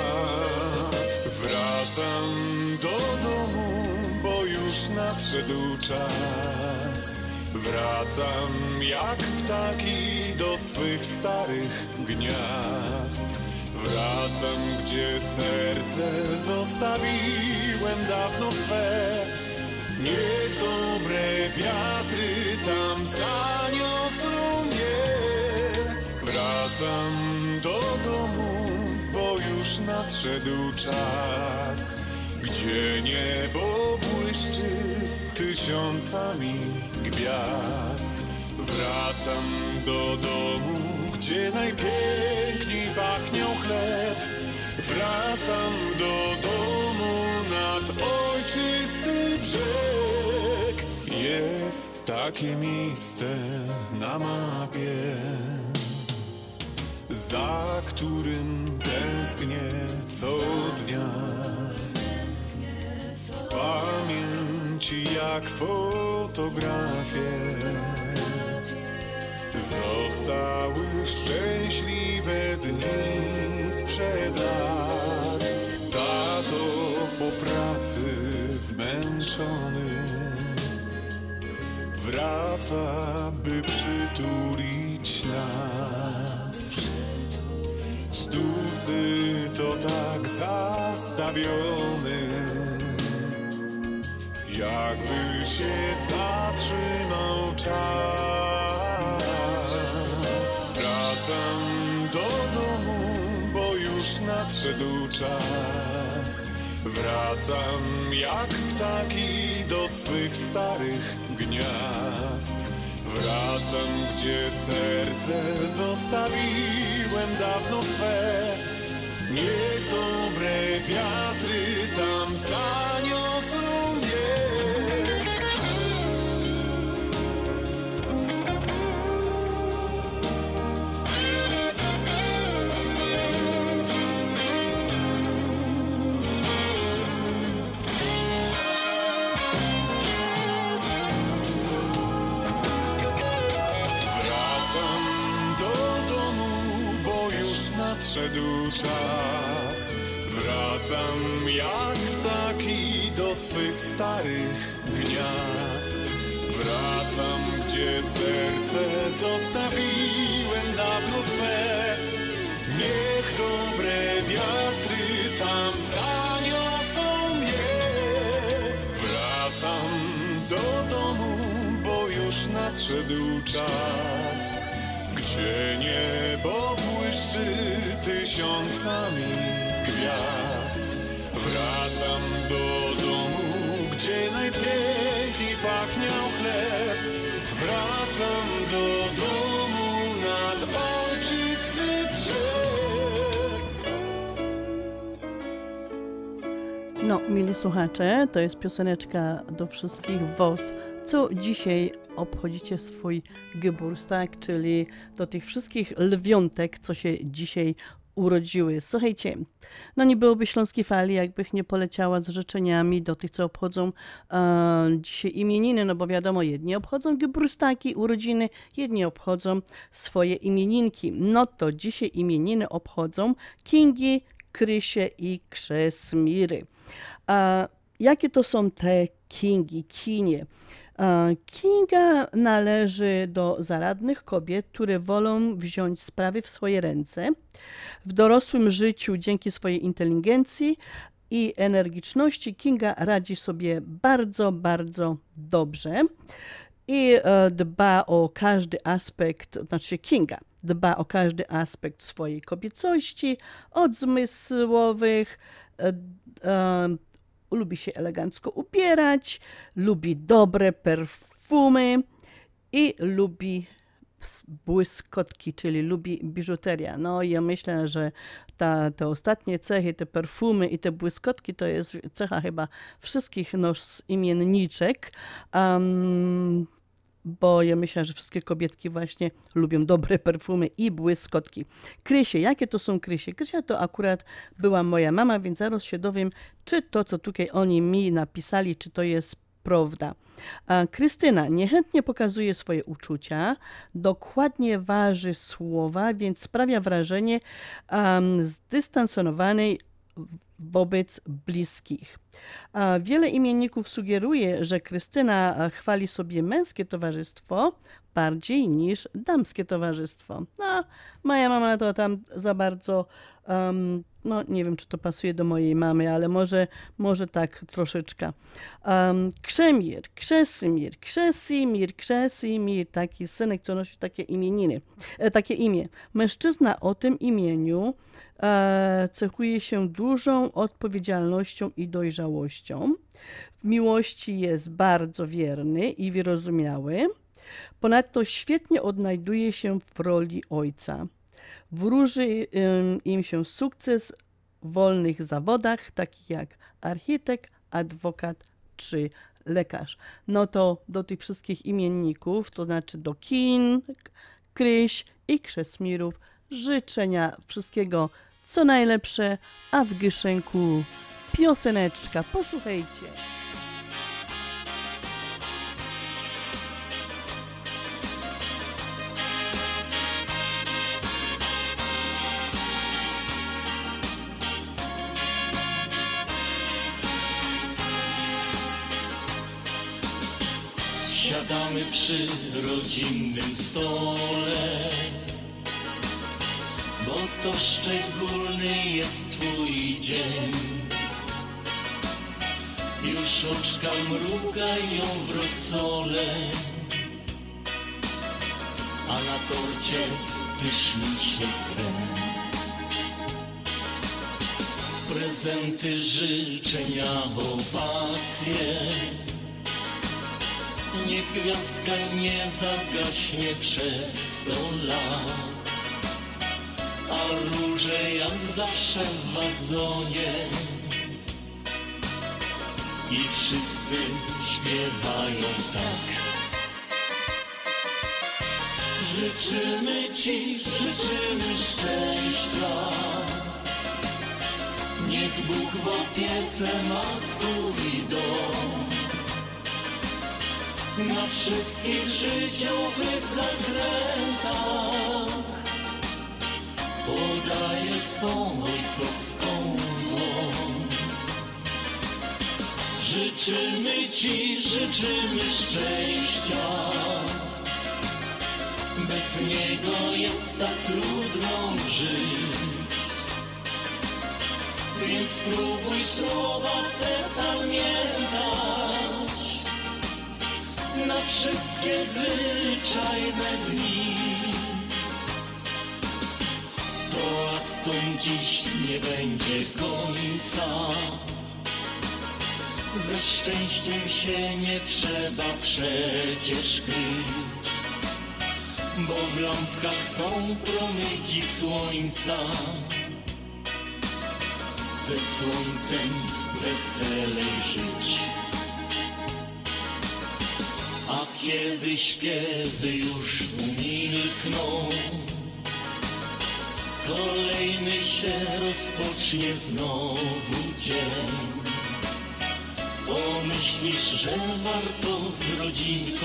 [SPEAKER 15] Wracam do domu, bo już nadszedł czas. Wracam jak ptaki do swych starych gniazd. Wracam, gdzie serce zostawiłem dawno swe. Niech dobre wiatry tam zaniosą mnie. Wracam do domu, bo już nadszedł czas, gdzie niebo błyszczy tysiącami gwiazd. Wracam do domu, gdzie najpiękniej pachniał chleb. Wracam do domu nad ojczysty brzeg. Jest takie miejsce na mapie, za którym tęsknię co dnia. W pamięci jak fotografie zostały szczęśliwe dni sprzed lat. Tato po pracy zmęczony wraca, by przytulić nas. Stuzy to tak zastawiony, jakby się zatrzymał czas. Wracam do domu, bo już nadszedł czas. Wracam jak ptaki do swych starych gniazd. Wracam, gdzie serce zostawiłem dawno swe. Niech dobre wiatry tam zaniosą mnie. nadszedł czas. Wracam jak ptaki do swych starych gniazd. Wracam, gdzie serce zostawiłem dawno swe. Niech dobre wiatry tam zaniosą mnie. Wracam do domu, bo już nadszedł czas, gdzie niebo błyszczy tysiącami gwiazd. Wracam do domu, gdzie najpiękniej pachniał chleb. Wracam do domu nad ojczysty brzeg.
[SPEAKER 2] No, mili słuchacze, to jest pioseneczka do wszystkich was, co dzisiaj obchodzicie swój Geburtstag, czyli do tych wszystkich lwiątek, co się dzisiaj urodziły. Słuchajcie, no nie byłoby Śląskiej Fali, jakbych nie poleciała z życzeniami do tych, co obchodzą dzisiaj imieniny, no bo wiadomo, jedni obchodzą Geburtstagi, urodziny, jedni obchodzą swoje imieninki. No to dzisiaj imieniny obchodzą Kingi, Krysie i Krzesmiry. Jakie to są te Kingi, kinie? Kinga należy do zaradnych kobiet, które wolą wziąć sprawy w swoje ręce. W dorosłym życiu dzięki swojej inteligencji i energiczności Kinga radzi sobie bardzo, bardzo dobrze i dba o każdy aspekt, znaczy Kinga dba o każdy aspekt swojej kobiecości, od zmysłowych, lubi się elegancko ubierać, lubi dobre perfumy i lubi błyskotki, czyli lubi biżuteria. No ja myślę, że te ostatnie cechy, te perfumy i te błyskotki to jest cecha chyba wszystkich imienniczek, bo ja myślę, że wszystkie kobietki właśnie lubią dobre perfumy i błyskotki. Krysie, jakie to są Krysie? Krysia to akurat była moja mama, więc zaraz się dowiem, czy to, co tutaj oni mi napisali, czy to jest prawda. Krystyna niechętnie pokazuje swoje uczucia, dokładnie waży słowa, więc sprawia wrażenie zdystansowanej wobec bliskich. Wiele imienników sugeruje, że Krystyna chwali sobie męskie towarzystwo bardziej niż damskie towarzystwo. No, moja mama to tam za bardzo, no nie wiem, czy to pasuje do mojej mamy, ale może tak troszeczkę. Krzemir, Krzesimir, taki synek, co nosi takie imieniny, takie imię. Mężczyzna o tym imieniu cechuje się dużą odpowiedzialnością i dojrzałością. W miłości jest bardzo wierny i wyrozumiały. Ponadto świetnie odnajduje się w roli ojca. Wróży im się sukces w wolnych zawodach, takich jak architekt, adwokat czy lekarz. No to do tych wszystkich imienników, to znaczy do Kin, Kryś i Krzesmirów życzenia wszystkiego co najlepsze, a w Gyszynku pioseneczka. Posłuchajcie.
[SPEAKER 3] Siadamy przy rodzinnym stole, bo to szczególny jest twój dzień. Już oczka mrugają w rosole, a na torcie pyszni się krem. Prezenty, życzenia, owacje, niech gwiazdka nie zagaśnie przez 100 lat. A róże jak zawsze w wazonie i wszyscy śpiewają tak. Życzymy ci, życzymy szczęścia, niech Bóg w opiece ma twój dom. Na wszystkich życiowych zakrętach podaje Życzymy Ci, życzymy szczęścia. Bez niego jest tak trudno żyć. Więc spróbuj słowa te pamiętać na wszystkie zwyczajne dni. Toastom dziś nie będzie końca. Ze szczęściem się nie trzeba przecież kryć, bo w lampkach są promyki słońca. Ze słońcem weselej żyć. A kiedy śpiewy już umilkną, kolejny się rozpocznie znowu dzień. Pomyślisz, że warto z rodzinką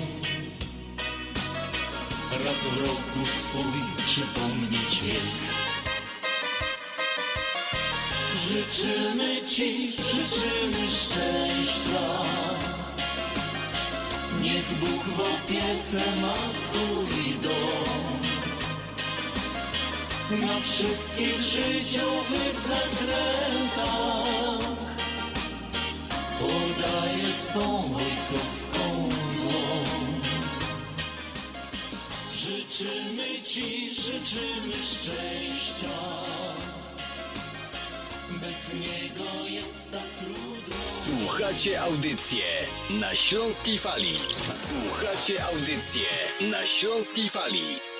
[SPEAKER 3] raz w roku swój przypomnieć wiek. Życzymy Ci, życzymy szczęścia. Niech Bóg w opiece ma Twój dom. Na wszystkich życiowych zakrętach podaje swą ojcowską dłoń. Życzymy Ci, życzymy szczęścia. Bez niego jest tak trudno.
[SPEAKER 4] Słuchacie audycję na Śląskiej Fali. Słuchacie audycję na Śląskiej Fali.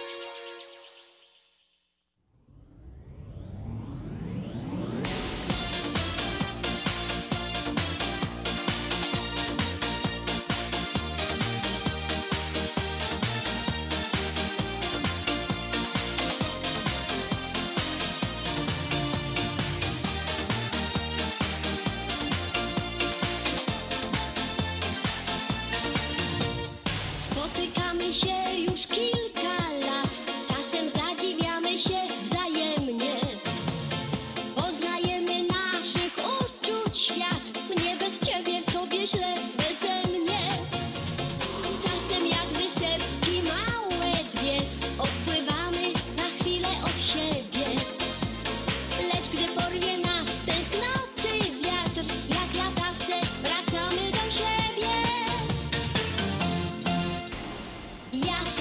[SPEAKER 1] Spotykamy się już kilka lat, czasem zadziwiamy się wzajemnie. Poznajemy naszych uczuć świat, mnie bez ciebie, tobie źle beze mnie. Czasem jak wysepki małe dwie, odpływamy na chwilę od siebie. Lecz gdy porwie nas tęsknoty wiatr, jak latawce wracamy do siebie. Jak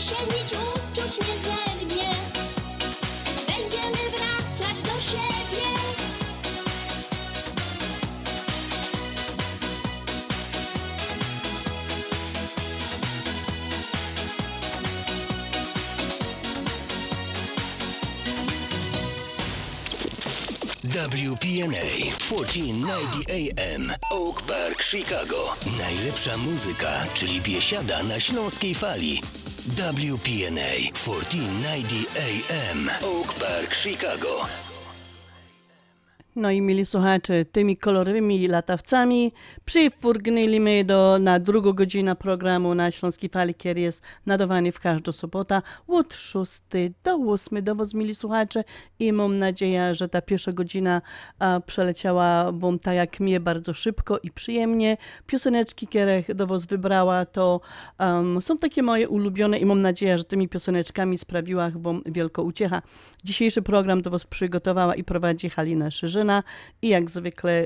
[SPEAKER 1] oszczędzić uczuć niezernie. Będziemy wracać do siebie.
[SPEAKER 4] WPNA 1490 AM Oak Park, Chicago. Najlepsza muzyka, czyli biesiada na śląskiej fali. WPNA 1490 AM Oak Park, Chicago.
[SPEAKER 2] No i mili słuchacze, tymi kolorowymi latawcami przyfurgnęliśmy na drugą godzinę programu na Śląskiej Fali, który jest nadawany w każdą sobotę od 6 do 8 do was, mili słuchacze. I mam nadzieję, że ta pierwsza godzina przeleciała wam tak jak mnie bardzo szybko i przyjemnie. Pioseneczki, które do was wybrała, to są takie moje ulubione i mam nadzieję, że tymi pioseneczkami sprawiła wam wielką uciechę. Dzisiejszy program do was przygotowała i prowadzi Halina Szyżyna. I jak zwykle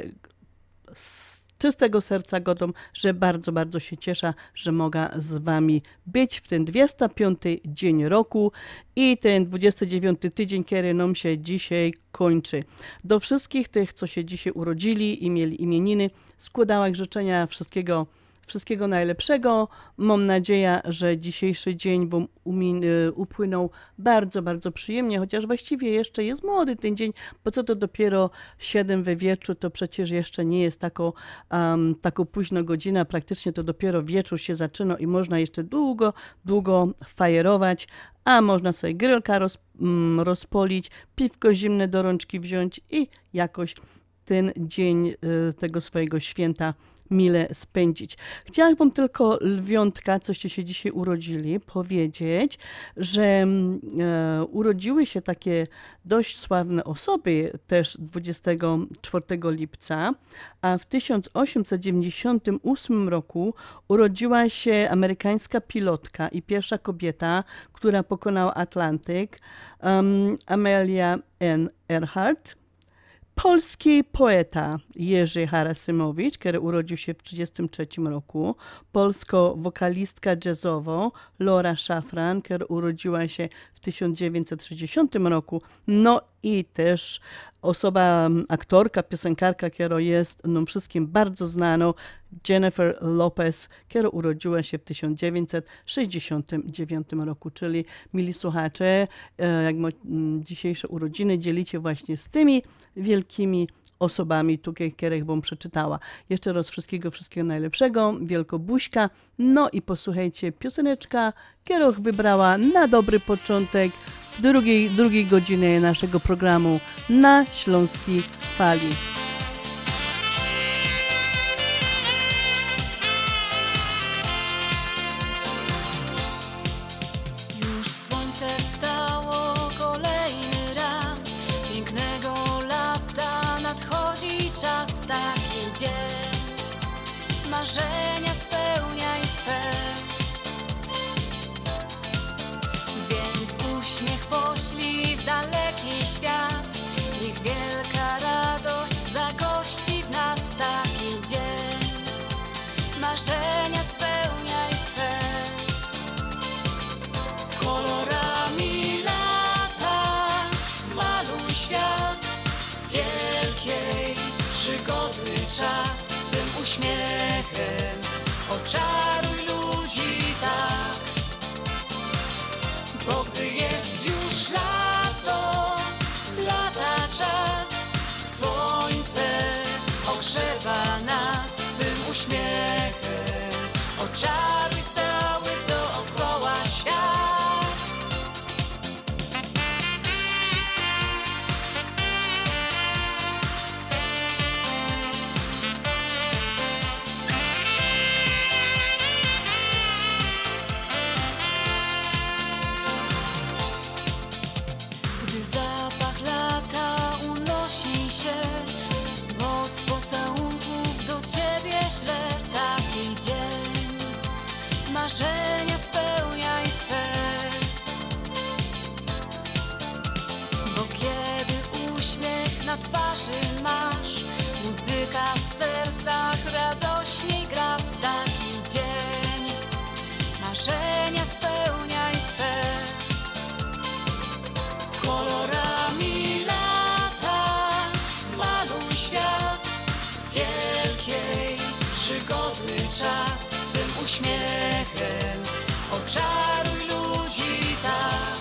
[SPEAKER 2] z czystego serca godam, że bardzo, bardzo się cieszę, że mogę z wami być w ten 25. dzień roku i ten 29. tydzień, który nam się dzisiaj kończy. Do wszystkich tych, co się dzisiaj urodzili i mieli imieniny, składałam życzenia wszystkiego najlepszego. Mam nadzieję, że dzisiejszy dzień wam upłynął bardzo, bardzo przyjemnie, chociaż właściwie jeszcze jest młody ten dzień, bo co to dopiero 7 we wieczór, to przecież jeszcze nie jest taką późna godzina, praktycznie to dopiero wieczór się zaczyna i można jeszcze długo, długo fajerować, a można sobie grylka rozpolić, piwko zimne do rączki wziąć i jakoś ten dzień tego swojego święta mile spędzić. Chciałam wam tylko lwiątka, coście się dzisiaj urodzili, powiedzieć, że urodziły się takie dość sławne osoby też 24 lipca, a w 1898 roku urodziła się amerykańska pilotka i pierwsza kobieta, która pokonała Atlantyk, Amelia N. Earhart. Polski poeta Jerzy Harasymowicz, który urodził się w 1933 roku. Polsko-wokalistka jazzowa Laura Szafran, która urodziła się w 1960 roku. No i też osoba, aktorka, piosenkarka, która jest nam wszystkim bardzo znaną, Jennifer Lopez, która urodziła się w 1969 roku. Czyli, mili słuchacze, jak dzisiejsze urodziny dzielicie właśnie z tymi wielkimi osobami, których wam przeczytała. Jeszcze raz wszystkiego najlepszego, wielko buźka. No i posłuchajcie pioseneczka, którą wybrała na dobry początek w drugiej godzinie naszego programu na Śląskiej Fali.
[SPEAKER 1] Już słońce wstało kolejny raz, pięknego lata nadchodzi czas, taki dzień. Marzenia spełniaj swe, więc uśmiech poślij w daleki świat. Niech wielka radość zagości w nas w taki dzień. Marzenia spełniaj swe. Kolorami lata maluj świat, wielkiej przygody czas. Swym uśmiechem oczaruj ludzi tak, bo gdy jest już lato, lata czas, słońce ogrzewa nas swym uśmiechem. Oczaruj cały dookoła świat. Gdy zapach lata unosi się, moc pocałunków do ciebie śle w taki dzień. uśmiechem oczaruj ludzi tak.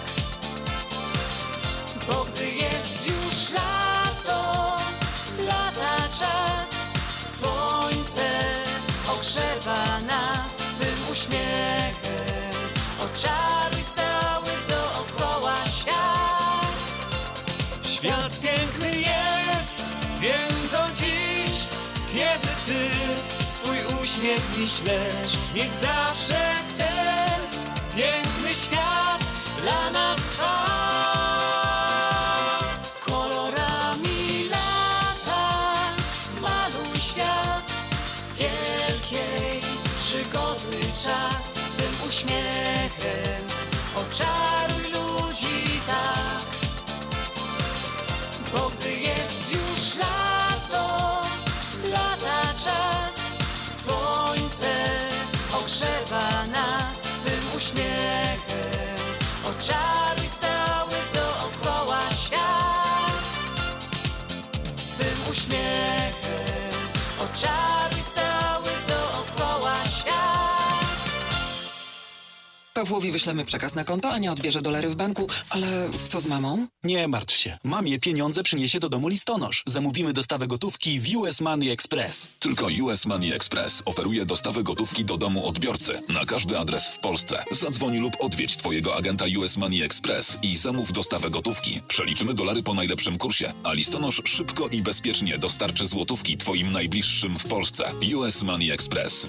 [SPEAKER 1] Bo gdy jest już lato, lata czas, słońce ogrzewa nas swym uśmiechem. Oczaruj cały dookoła świat. Świat piękny jest, wiem to dziś, kiedy ty swój uśmiech wyślesz. Niech zawsze ten piękny świat dla nas trwa. Kolorami lata maluj świat wielkiej przygody czas. Swym uśmiechem oczaruj ludzi tak. Bo gdy jest już lato, lata czas, słońce ogrzewa nas swym uśmiechem. Oczaruj cały dookoła świat. Swym uśmiechem oczaruj cały dookoła świat.
[SPEAKER 16] Pawłowi wyślemy przekaz na konto, Ania odbierze dolary w banku, ale co z mamą?
[SPEAKER 17] Nie martw się. Mamie pieniądze przyniesie do domu listonosz. Zamówimy dostawę gotówki w US Money Express.
[SPEAKER 18] Tylko US Money Express oferuje dostawę gotówki do domu odbiorcy na każdy adres w Polsce. Zadzwoń lub odwiedź twojego agenta US Money Express i zamów dostawę gotówki. Przeliczymy dolary po najlepszym kursie, a listonosz szybko i bezpiecznie dostarczy złotówki twoim najbliższym w Polsce. US Money Express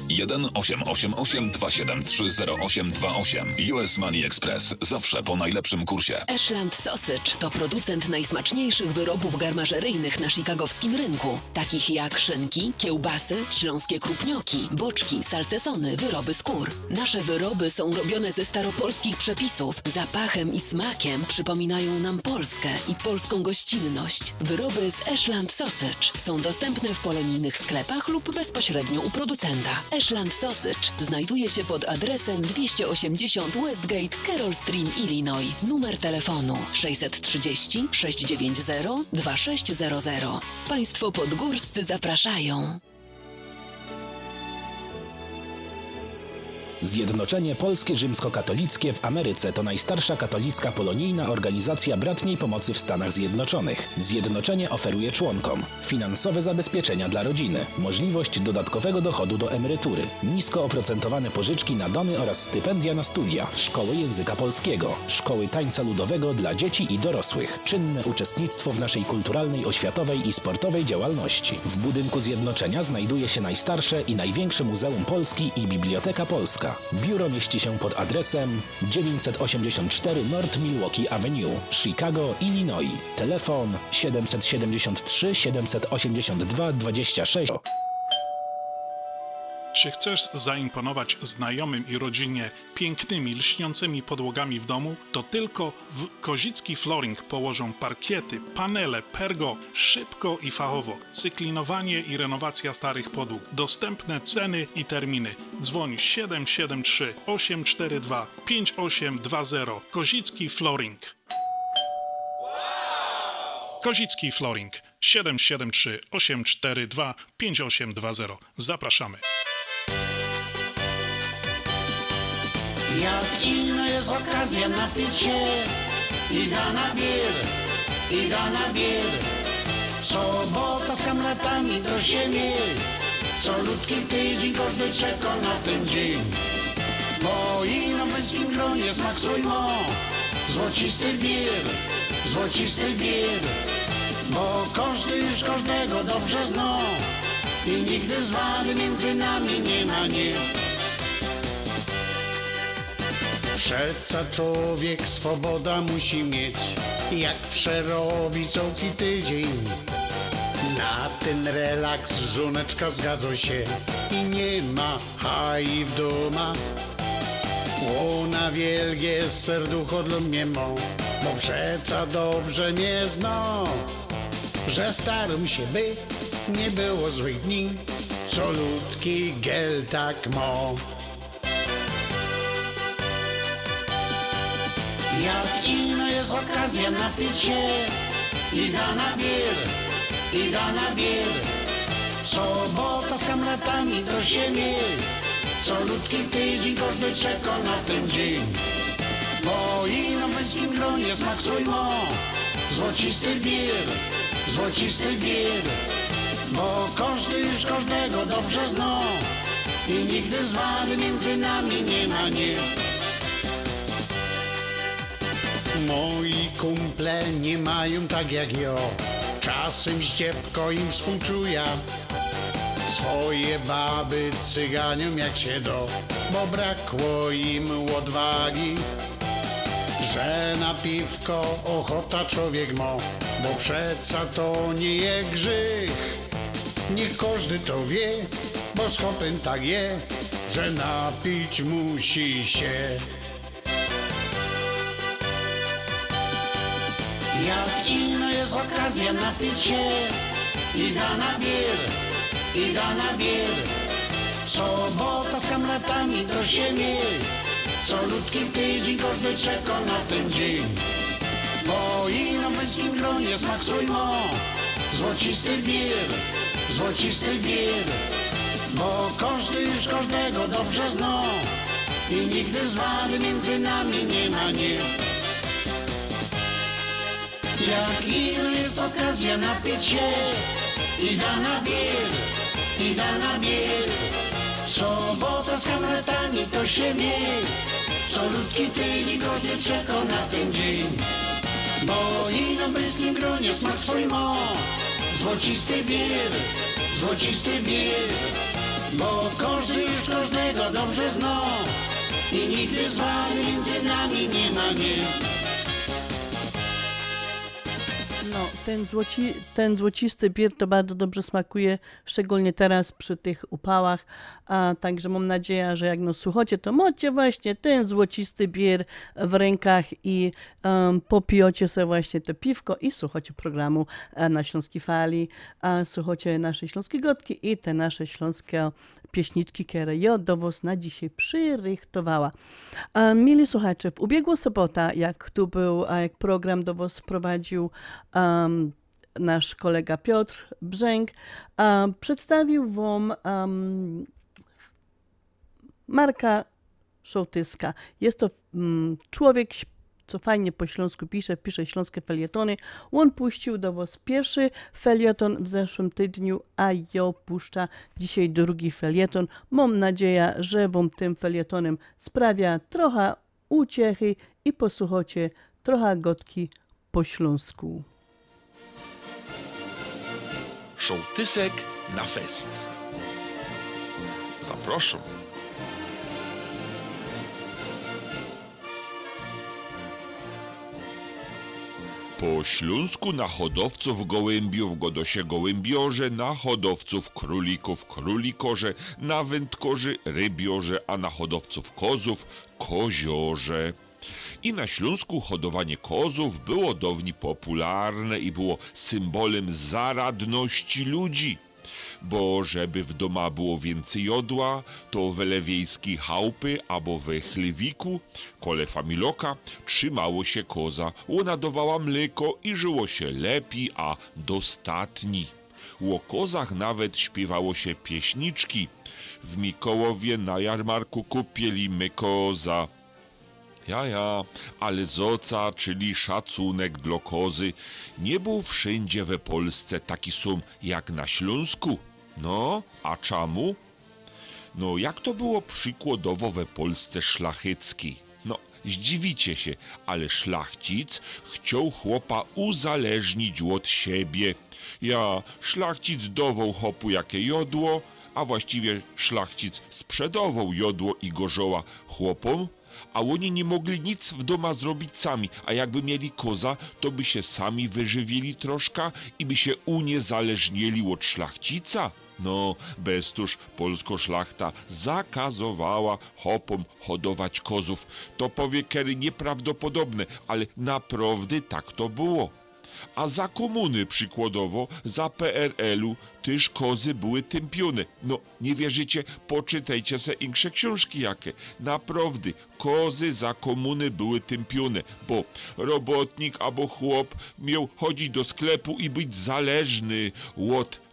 [SPEAKER 18] 1-888-273-0828. US Money Express. Zawsze po najlepszym kursie.
[SPEAKER 19] Ashland Sausage to producent najsmaczniejszych wyrobów garmażeryjnych na chicagowskim rynku, takich jak szynki, kiełbasy, śląskie krupnioki, boczki, salcesony, wyroby skór. Nasze wyroby są robione ze staropolskich przepisów. Zapachem i smakiem przypominają nam Polskę i polską gościnność. Wyroby z Ashland Sausage są dostępne w polonijnych sklepach lub bezpośrednio u producenta. Ashland Sausage znajduje się pod adresem 280 Westgate, Carroll Stream, Illinois. Numer telefonu 630 690 2600. Państwo podgórscy zapraszają.
[SPEAKER 20] Zjednoczenie Polskie Rzymskokatolickie w Ameryce to najstarsza katolicka polonijna organizacja bratniej pomocy w Stanach Zjednoczonych. Zjednoczenie oferuje członkom finansowe zabezpieczenia dla rodziny, możliwość dodatkowego dochodu do emerytury, nisko oprocentowane pożyczki na domy oraz stypendia na studia, szkoły języka polskiego, szkoły tańca ludowego dla dzieci i dorosłych, czynne uczestnictwo w naszej kulturalnej, oświatowej i sportowej działalności. W budynku Zjednoczenia znajduje się najstarsze i największe Muzeum Polski i Biblioteka Polska. Biuro mieści się pod adresem 984 North Milwaukee Avenue, Chicago, Illinois. Telefon 773 782 26.
[SPEAKER 21] Czy chcesz zaimponować znajomym i rodzinie pięknymi, lśniącymi podłogami w domu? To tylko w Kozicki Flooring położą parkiety, panele, pergo, szybko i fachowo. Cyklinowanie i renowacja starych podłóg. Dostępne ceny i terminy. Dzwoń 773 842 5820. Kozicki Flooring. Kozicki Flooring 773 842 5820. Zapraszamy.
[SPEAKER 22] Jak inna jest okazja napić się i da na bier, i da na bier. Sobota z kamletami do siebie, calutki tydzień każdy czeka na ten dzień. Bo i na męskim gronie smak swój ma, złocisty bier, bo każdy już każdego dobrze zna i nigdy zwady między nami nie ma, nie. Przeca człowiek swoboda musi mieć, jak przerobi całki tydzień. Na ten relaks żoneczka zgadza się i nie ma haj w doma. Ona wielkie serducho dla mnie ma, bo przeca dobrze nie zna, że staram się, by nie było złych dni, co ludki gel tak ma. Jak inna jest okazja napić się i da na bier, i da na bier. Sobota z kamletami do siebie, Solutki tydzień każdy czeka na ten dzień. Po inowyskim gronie smak swój ma, złocisty bier, bo każdy już każdego dobrze zna i nigdy zwady między nami nie ma, nie. Moi kumple nie mają tak jak ja, czasem zdziepko im współczuję. Swoje baby cyganiom jak się do, bo brakło im odwagi. Że na piwko ochota człowiek ma, bo przeca to nie je grzech. Niech każdy to wie, bo z chłopem tak je, że napić musi się. Jak inna jest okazja napić się, idę na bier. Sobota z kamratami to się wie, solutki tydzień każdy czeka na ten dzień. Po inowyskim gronie smak swój ma, złocisty bier, bo każdy już każdego dobrze zna i nigdy zwady między nami nie ma, nie. Jak ino jest okazja napić się, idę na bier. Sobota z kamratami to się wie, solutki tydzień każdy czeka na ten dzień. Bo ino w bliskim gronie smak swój ma, złocisty bier, bo każdy już każdego dobrze zna i nigdy zwady między nami nie ma, nie.
[SPEAKER 2] No, ten złocisty bier to bardzo dobrze smakuje, szczególnie teraz przy tych upałach, także mam nadzieję, że jak słuchacie, to macie właśnie ten złocisty bier w rękach i popijecie sobie właśnie to piwko i słuchacie programu na Śląskiej Fali, słuchacie naszej śląskiej gotki i te nasze śląskie pieśniczki, które ja do was na dzisiaj przyrychtowała. Mili słuchacze, w ubiegłą sobotę, jak tu był, jak program do was prowadził nasz kolega Piotr Brzęk, przedstawił wam Marka Sołtyska. Jest to człowiek, co fajnie po śląsku pisze śląskie felietony. On puścił do was pierwszy felieton w zeszłym tygodniu, a ja puszcza dzisiaj drugi felieton. Mam nadzieję, że wam tym felietonem sprawia trochę uciechy i posłuchacie trochę gotki po śląsku.
[SPEAKER 6] Sołtysek na fest. Zapraszam.
[SPEAKER 7] Po śląsku na hodowców gołębiów godosie gołębiorze, na hodowców królików królikorze, na wędkorzy rybiorze, a na hodowców kozów koziorze. I na Śląsku hodowanie kozów było dawniej popularne i było symbolem zaradności ludzi. Bo żeby w doma było więcej jodła, to w lewiejskiej chałupy albo we chlewiku, kole familoka, trzymało się koza. Ona dawała mleko i żyło się lepiej, a dostatni. O kozach nawet śpiewało się pieśniczki. W Mikołowie na jarmarku kupieliśmy koza. Ale zoca, czyli szacunek dla kozy, nie był wszędzie we Polsce taki sam jak na Śląsku. No, a czemu? No, jak to było przykładowo we Polsce szlacheckiej? No, zdziwicie się, ale szlachcic chciał chłopa uzależnić od siebie. Szlachcic dawał chłopu jakie jodło, a właściwie szlachcic sprzedawał jodło i gorzoła chłopom, a oni nie mogli nic w doma zrobić sami, a jakby mieli koza, to by się sami wyżywili troszkę i by się uniezależnieli od szlachcica. No, bestuż polsko szlachta zakazowała chłopom hodować kozów. To powie kery nieprawdopodobne, ale naprawdę tak to było. A za komuny przykładowo, za PRL-u też kozy były tępione. No, nie wierzycie? Poczytajcie se insze książki jakie. Naprawdę, kozy za komuny były tępione, bo robotnik albo chłop miał chodzić do sklepu i być zależny od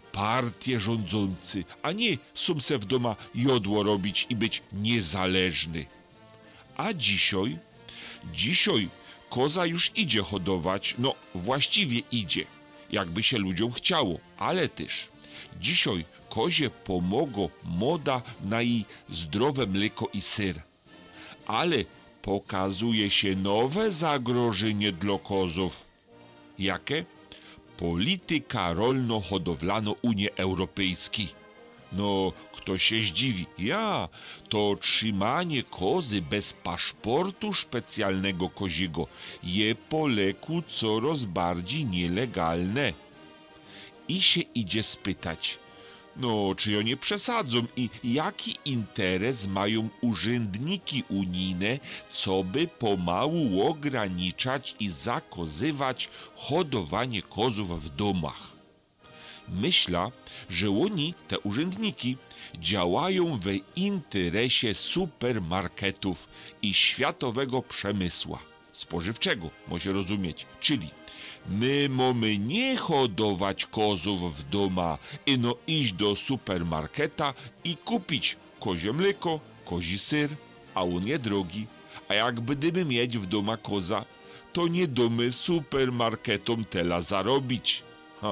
[SPEAKER 7] partię rządzący, a nie sum se w doma jodło robić i być niezależny. A dzisiaj koza już idzie hodować, no właściwie idzie, jakby się ludziom chciało, ale też dzisiaj kozie pomogło moda na jej zdrowe mleko i syr. Ale pokazuje się nowe zagrożenie dla kozów. Jakie? Polityka rolno-hodowlana Unii Europejskiej. No, kto się zdziwi? To trzymanie kozy bez paszportu specjalnego koziego je po leku coraz bardziej nielegalne. I się idzie spytać, no, czy oni przesadzą i jaki interes mają urzędniki unijne, co by pomału ograniczać i zakazywać hodowanie kozów w domach. Myślę, że oni, te urzędniki, działają w interesie supermarketów i światowego przemysłu spożywczego, może rozumieć, czyli my mamy nie hodować kozów w doma, ino iść do supermarketa i kupić kozie mleko, kozi syr, a on je drogi. A jak będziemy mieć w doma koza, to nie domy supermarketom tela zarobić.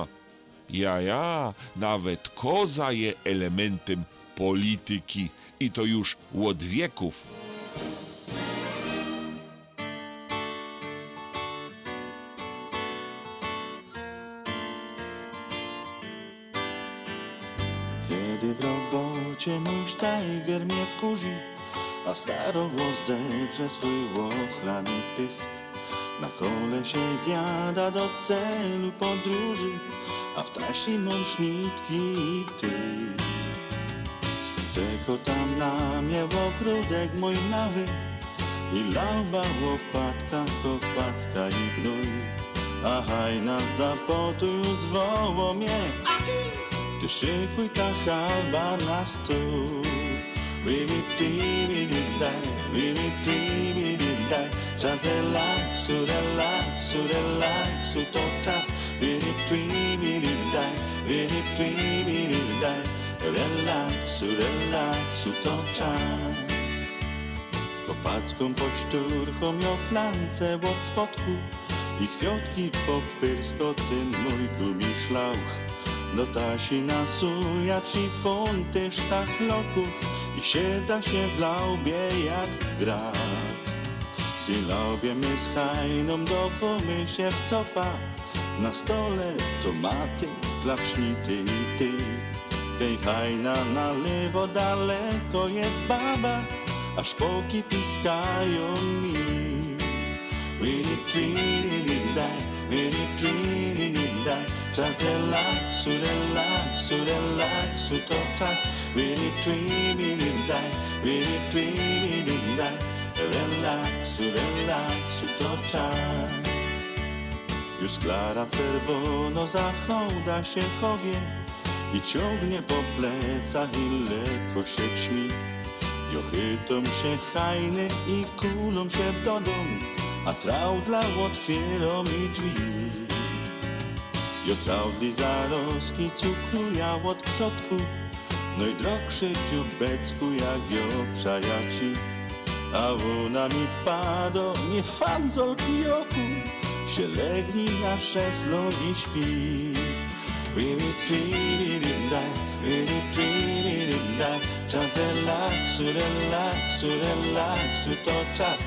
[SPEAKER 7] Nawet koza je elementem polityki i to już od wieków.
[SPEAKER 9] Kiedy w robocie mój sztajger mnie wkurzy, a starowóz zewrze swój łochlany pysk, na kole się zjada do celu podróży, a w trasie mam sznitki i ty. Ceko tam na mnie w ogródek mój mały i lauba, łopatka, kopacka i gnój. A hajna za potu już zwoło mnie, ty szykuj ta chalba na stół. Czas relaksu, relaksu, relaksu, to czas. Relaksu, relaksu, to czas. Kopacką pośturchą miał flance od spodku i chwiotki popyrsko ten mój gumiszlauch. Do tasi nasuja 3 funty sztachloków i siedza się w laubie jak gra. W tej laubie my z hajną dowomy się w copa, na stole tomaty, klapsznity i ty. Tej hajna na lewo daleko jest baba, a szpoki piskają mi. Czas relaksu, relaksu, relaksu, to czas. Relaksu, relaksu, to czas. Już Klara czerwono zachoda się chowie i ciągnie po plecach i lekko się ćmi. Jochytom się hajny i kulą się do dom, a traudla otwierą mi drzwi. Jo traudli zaroski cukruja od przodku, no i drogszy dziubecku jak jo przajaci. A ona mi pado, nie fanzol kijoku, się legni na krzesło i śpi. Czas relaksu, relaksu, relaksu, to czas.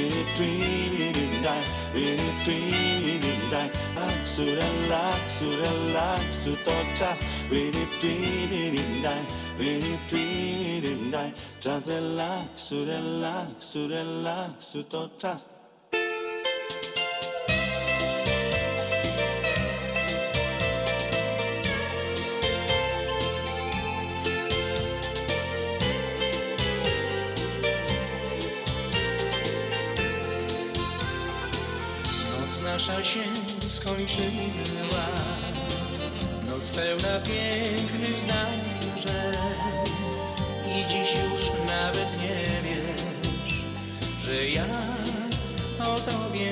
[SPEAKER 9] Relaksu, relaksu, relaksu, to czas. Czas relaksu, relaksu, relaksu, to czas.
[SPEAKER 10] Nasza się skończyła, noc pełna pięknych zdarzeń i dziś już nawet nie wiesz, że ja o tobie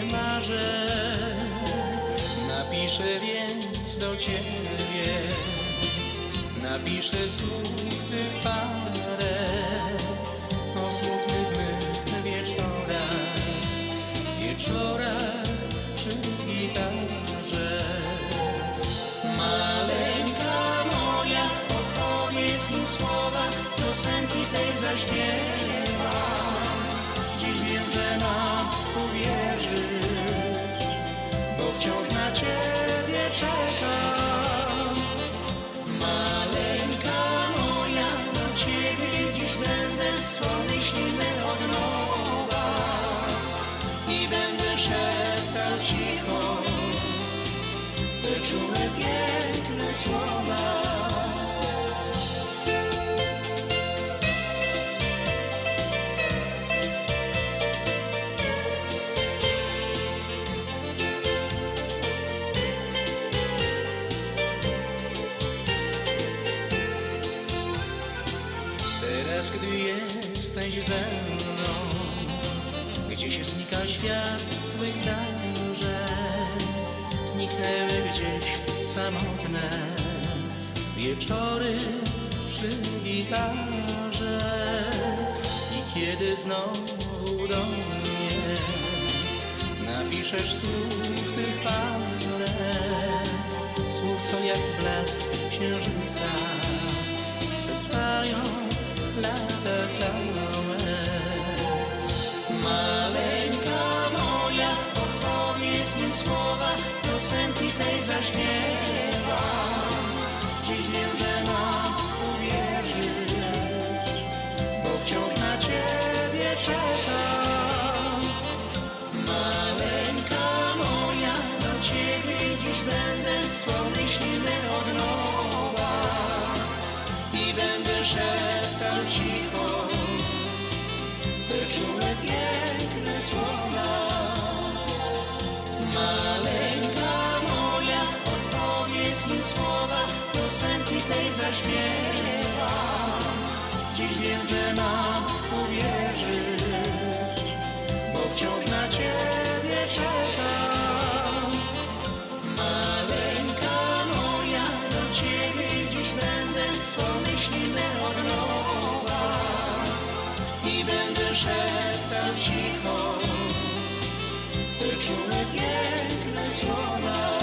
[SPEAKER 10] marzę. Napiszę więc do ciebie napiszę słów tych parę o smutnych mych wieczorach przy gitarze. Maleńka moja, odpowiedz mi słowa, piosenki tej zaśpiewa. Dziś wiem, że mam uwierzyć, bo wciąż na ciebie czekam. Maleńka moja, do ciebie dziś będę swą myślimy od nowa i będę szeptał cicho te czułe, piękne słowa. Teraz, gdy jesteś ze mną, gdzie się znika świat złych zdarzeń, zniknęły gdzieś samotne wieczory przy gitarze. I kiedy znowu do mnie napiszesz słów tych parę, słów, co jak blask księżyca przetrwają lata całe. Maleńka moja, odpowiedz mi słowa, piosenki tej zaśpiewa. Dziś wiem, że mam uwierzyć, bo wciąż na ciebie czekam. Maleńka moja, do ciebie dziś będę swą myślimy od nowa i będę szeptał cicho te czułe, piękne słowa. Maleńka moja, odpowiedz mi słowa, piosenki tej zaśpiewa. Dziś wiem, że mam uwierzyć, bo wciąż na ciebie czekam. Maleńka moja, do ciebie dziś będę swą myślimy od nowa i będę szeptał cicho te czułe, piękne słowa.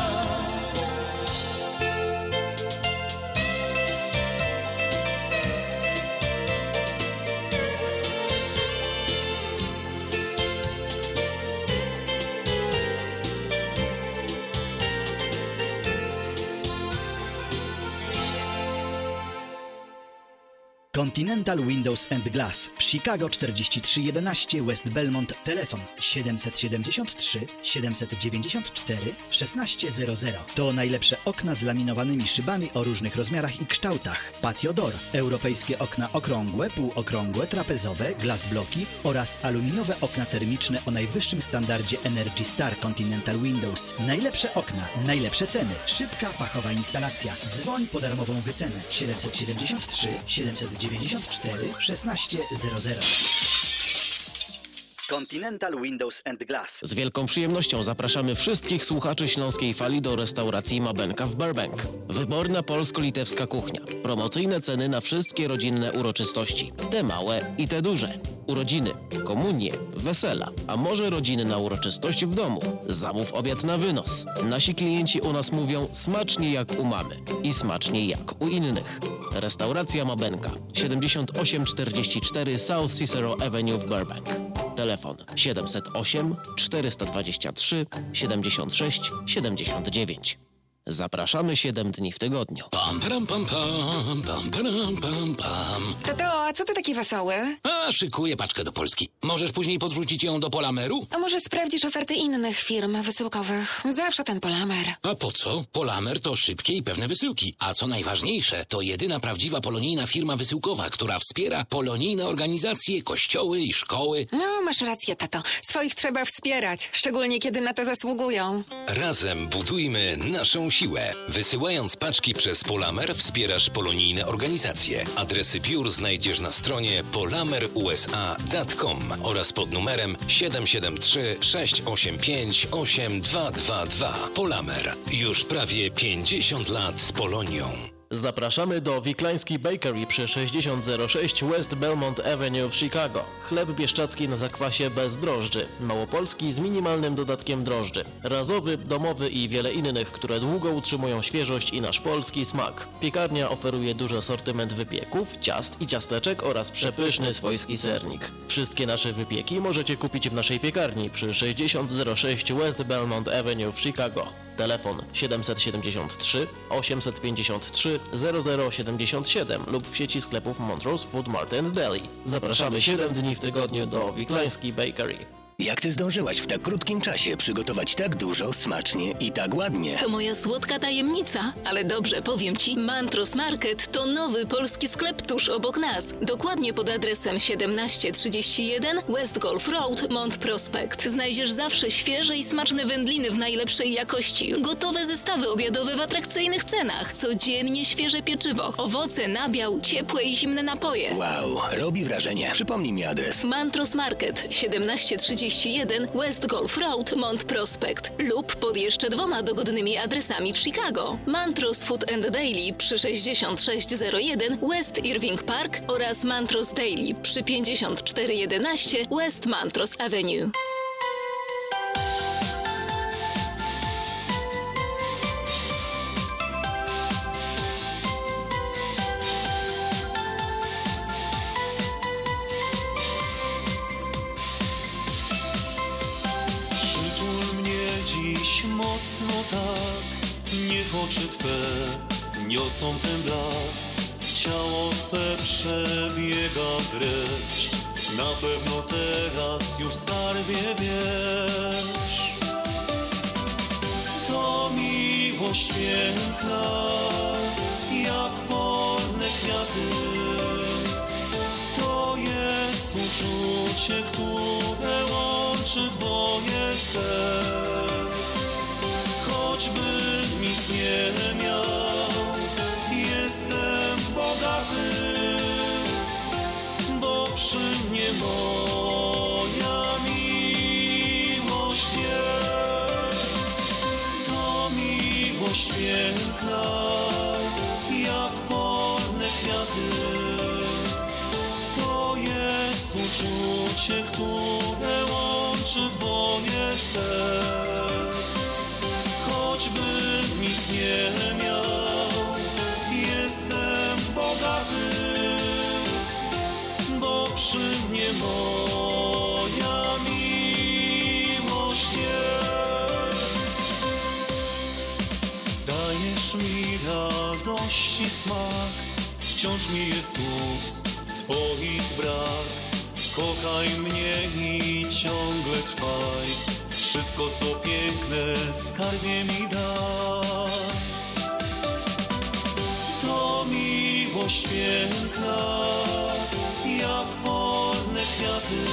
[SPEAKER 11] Continental Windows and Glass w Chicago 4311 West Belmont. Telefon 773 794 1600. To najlepsze okna z laminowanymi szybami o różnych rozmiarach i kształtach. Patio Door, europejskie okna okrągłe, półokrągłe, trapezowe, glass bloki oraz aluminiowe okna termiczne o najwyższym standardzie Energy Star Continental Windows. Najlepsze okna, najlepsze ceny, szybka, fachowa instalacja. Dzwoń po darmową wycenę 773 794 1600. Continental Windows and Glass.
[SPEAKER 12] Z wielką przyjemnością zapraszamy wszystkich słuchaczy Śląskiej Fali do restauracji Mabenka w Burbank. Wyborna polsko-litewska kuchnia. Promocyjne ceny na wszystkie rodzinne uroczystości. Te małe i te duże. Urodziny, komunie, wesela, a może rodziny na uroczystość w domu. Zamów obiad na wynos. Nasi klienci u nas mówią smacznie jak u mamy i smacznie jak u innych. Restauracja Mabenka, 7844 South Cicero Avenue w Burbank. Telefon 708 423 76 79. Zapraszamy 7 dni w tygodniu.
[SPEAKER 23] Pam, pam, pam, pam, pam, pam, pam, pam.
[SPEAKER 16] Tato, a co ty taki wesoły?
[SPEAKER 23] A, szykuję paczkę do Polski. Możesz później podrzucić ją do Polameru?
[SPEAKER 16] A może sprawdzisz oferty innych firm wysyłkowych? Zawsze ten Polamer.
[SPEAKER 23] A po co? Polamer to szybkie i pewne wysyłki. A co najważniejsze, to jedyna prawdziwa polonijna firma wysyłkowa, która wspiera polonijne organizacje, kościoły i szkoły.
[SPEAKER 16] No, masz rację, tato. Swoich trzeba wspierać, szczególnie kiedy na to zasługują.
[SPEAKER 24] Razem budujmy naszą siłę. Wysyłając paczki przez Polamer wspierasz polonijne organizacje. Adresy biur znajdziesz na stronie polamerusa.com oraz pod numerem 773 685 8222. Polamer. Już prawie 50 lat z Polonią.
[SPEAKER 12] Zapraszamy do Wiklański Bakery przy 6006 West Belmont Avenue w Chicago. Chleb bieszczacki na zakwasie bez drożdży, małopolski z minimalnym dodatkiem drożdży, razowy, domowy i wiele innych, które długo utrzymują świeżość i nasz polski smak. Piekarnia oferuje duży asortyment wypieków, ciast i ciasteczek oraz przepyszny swojski sernik. Wszystkie nasze wypieki możecie kupić w naszej piekarni przy 6006 West Belmont Avenue w Chicago. Telefon 773 853 0077 lub w sieci sklepów Montrose Food Mart and Deli. Zapraszamy 7 dni w tygodniu do Wiklański Bakery.
[SPEAKER 4] Jak ty zdążyłaś w tak krótkim czasie przygotować tak dużo, smacznie i tak ładnie?
[SPEAKER 5] To moja słodka tajemnica, ale dobrze, powiem ci, Mantros Market to nowy polski sklep tuż obok nas. Dokładnie pod adresem 1731 West Golf Road, Mont Prospect. Znajdziesz zawsze świeże i smaczne wędliny w najlepszej jakości, gotowe zestawy obiadowe w atrakcyjnych cenach, codziennie świeże pieczywo, owoce, nabiał, ciepłe i zimne napoje.
[SPEAKER 4] Wow, robi wrażenie. Przypomnij mi adres.
[SPEAKER 5] Mantros Market 1731 West Golf Road, Mont Prospect lub pod jeszcze 2 dogodnymi adresami w Chicago. Mantros Food and Daily przy 6601 West Irving Park oraz Mantros Daily przy 5411 West Mantros Avenue.
[SPEAKER 3] Mocno tak, niech oczy Twe niosą ten blask. Ciało Twe przebiega dreszcz, na pewno teraz już skarbie wiesz. To miłość piękna, jak polne kwiaty. To jest uczucie, które łączy dwoje serc. Choćbym nic nie miał, jestem bogaty, bo przy mnie moja miłość jest. To miłość piękna, jak polne kwiaty. To jest uczucie, które łączy dwoje serc. Choćbym nic nie miał, jestem bogaty, bo przy mnie moja miłość jest. Dajesz mi radość i smak, wciąż mi jest ust Twoich brak. Kochaj mnie i ciągle trwaj, wszystko co piękne skarbie mi daj. To miłość piękna, jak polne kwiaty.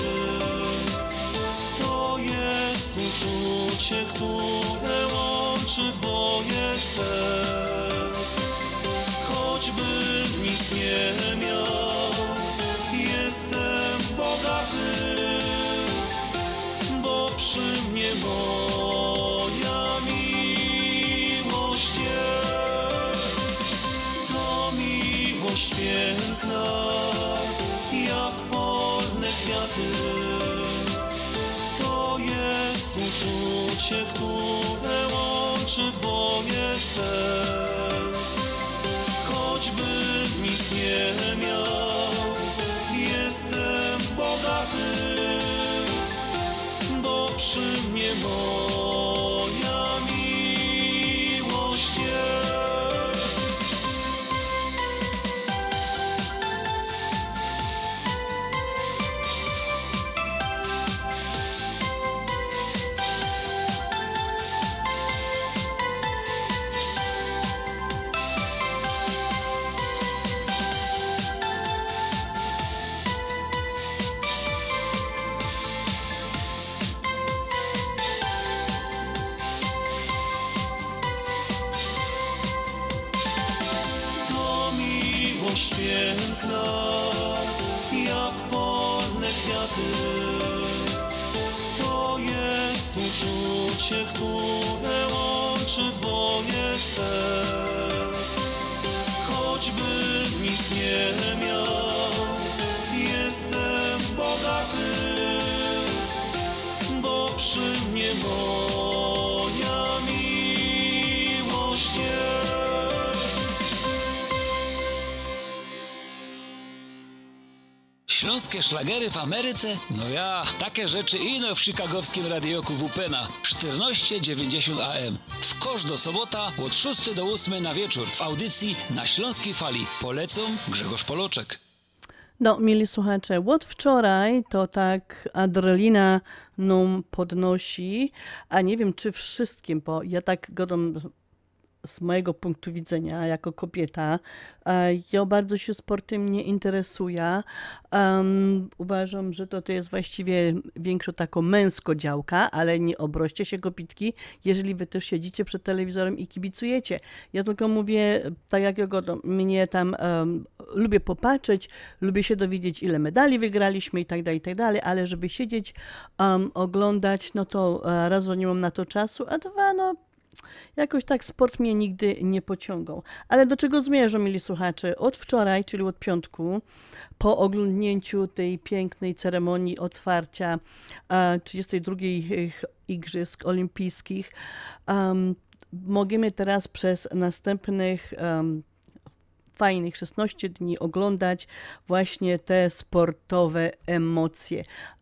[SPEAKER 3] To jest uczucie, które łączy dwoje serc. Choćbym nic nie miał, jestem bogaty, bo przy mnie moja miłość jest. To miłość piękna, jak polne kwiaty. To jest uczucie, które łączy dwoje serc. Choćbym nic nie miał, jestem bogaty, bo przy mnie moja miłość jest. Miłość piękna, jak polne kwiaty. To jest uczucie, które łączy dwoje serc. mnie moja miłość jest.
[SPEAKER 8] Śląskie szlagery w Ameryce? No ja, takie rzeczy ino w chicagowskim radioku WPNA 1490 AM. W kosz do sobota od 6 do 8 na wieczór w audycji na Śląskiej Fali. Polecą Grzegorz Poloczek.
[SPEAKER 2] No, mili słuchacze, od wczoraj to tak adrenalina nam podnosi, a nie wiem czy wszystkim, bo ja tak godam z mojego punktu widzenia jako kobieta, ja bardzo się sportem nie interesuję. Uważam, że to jest właściwie większo taką męsko działka, ale nie obroźcie się kobitki, jeżeli wy też siedzicie przed telewizorem i kibicujecie. Ja tylko mówię, tak jak ja godam, mnie tam lubię popatrzeć, lubię się dowiedzieć, ile medali wygraliśmy i tak dalej, ale żeby siedzieć, oglądać, no to raz, że nie mam na to czasu, a dwa, no jakoś tak sport mnie nigdy nie pociągał. Ale do czego zmierzam, mili słuchacze? Od wczoraj, czyli od piątku, po oglądnięciu tej pięknej ceremonii otwarcia 32. Igrzysk Olimpijskich, możemy teraz przez następnych fajnych 16 dni oglądać właśnie te sportowe emocje.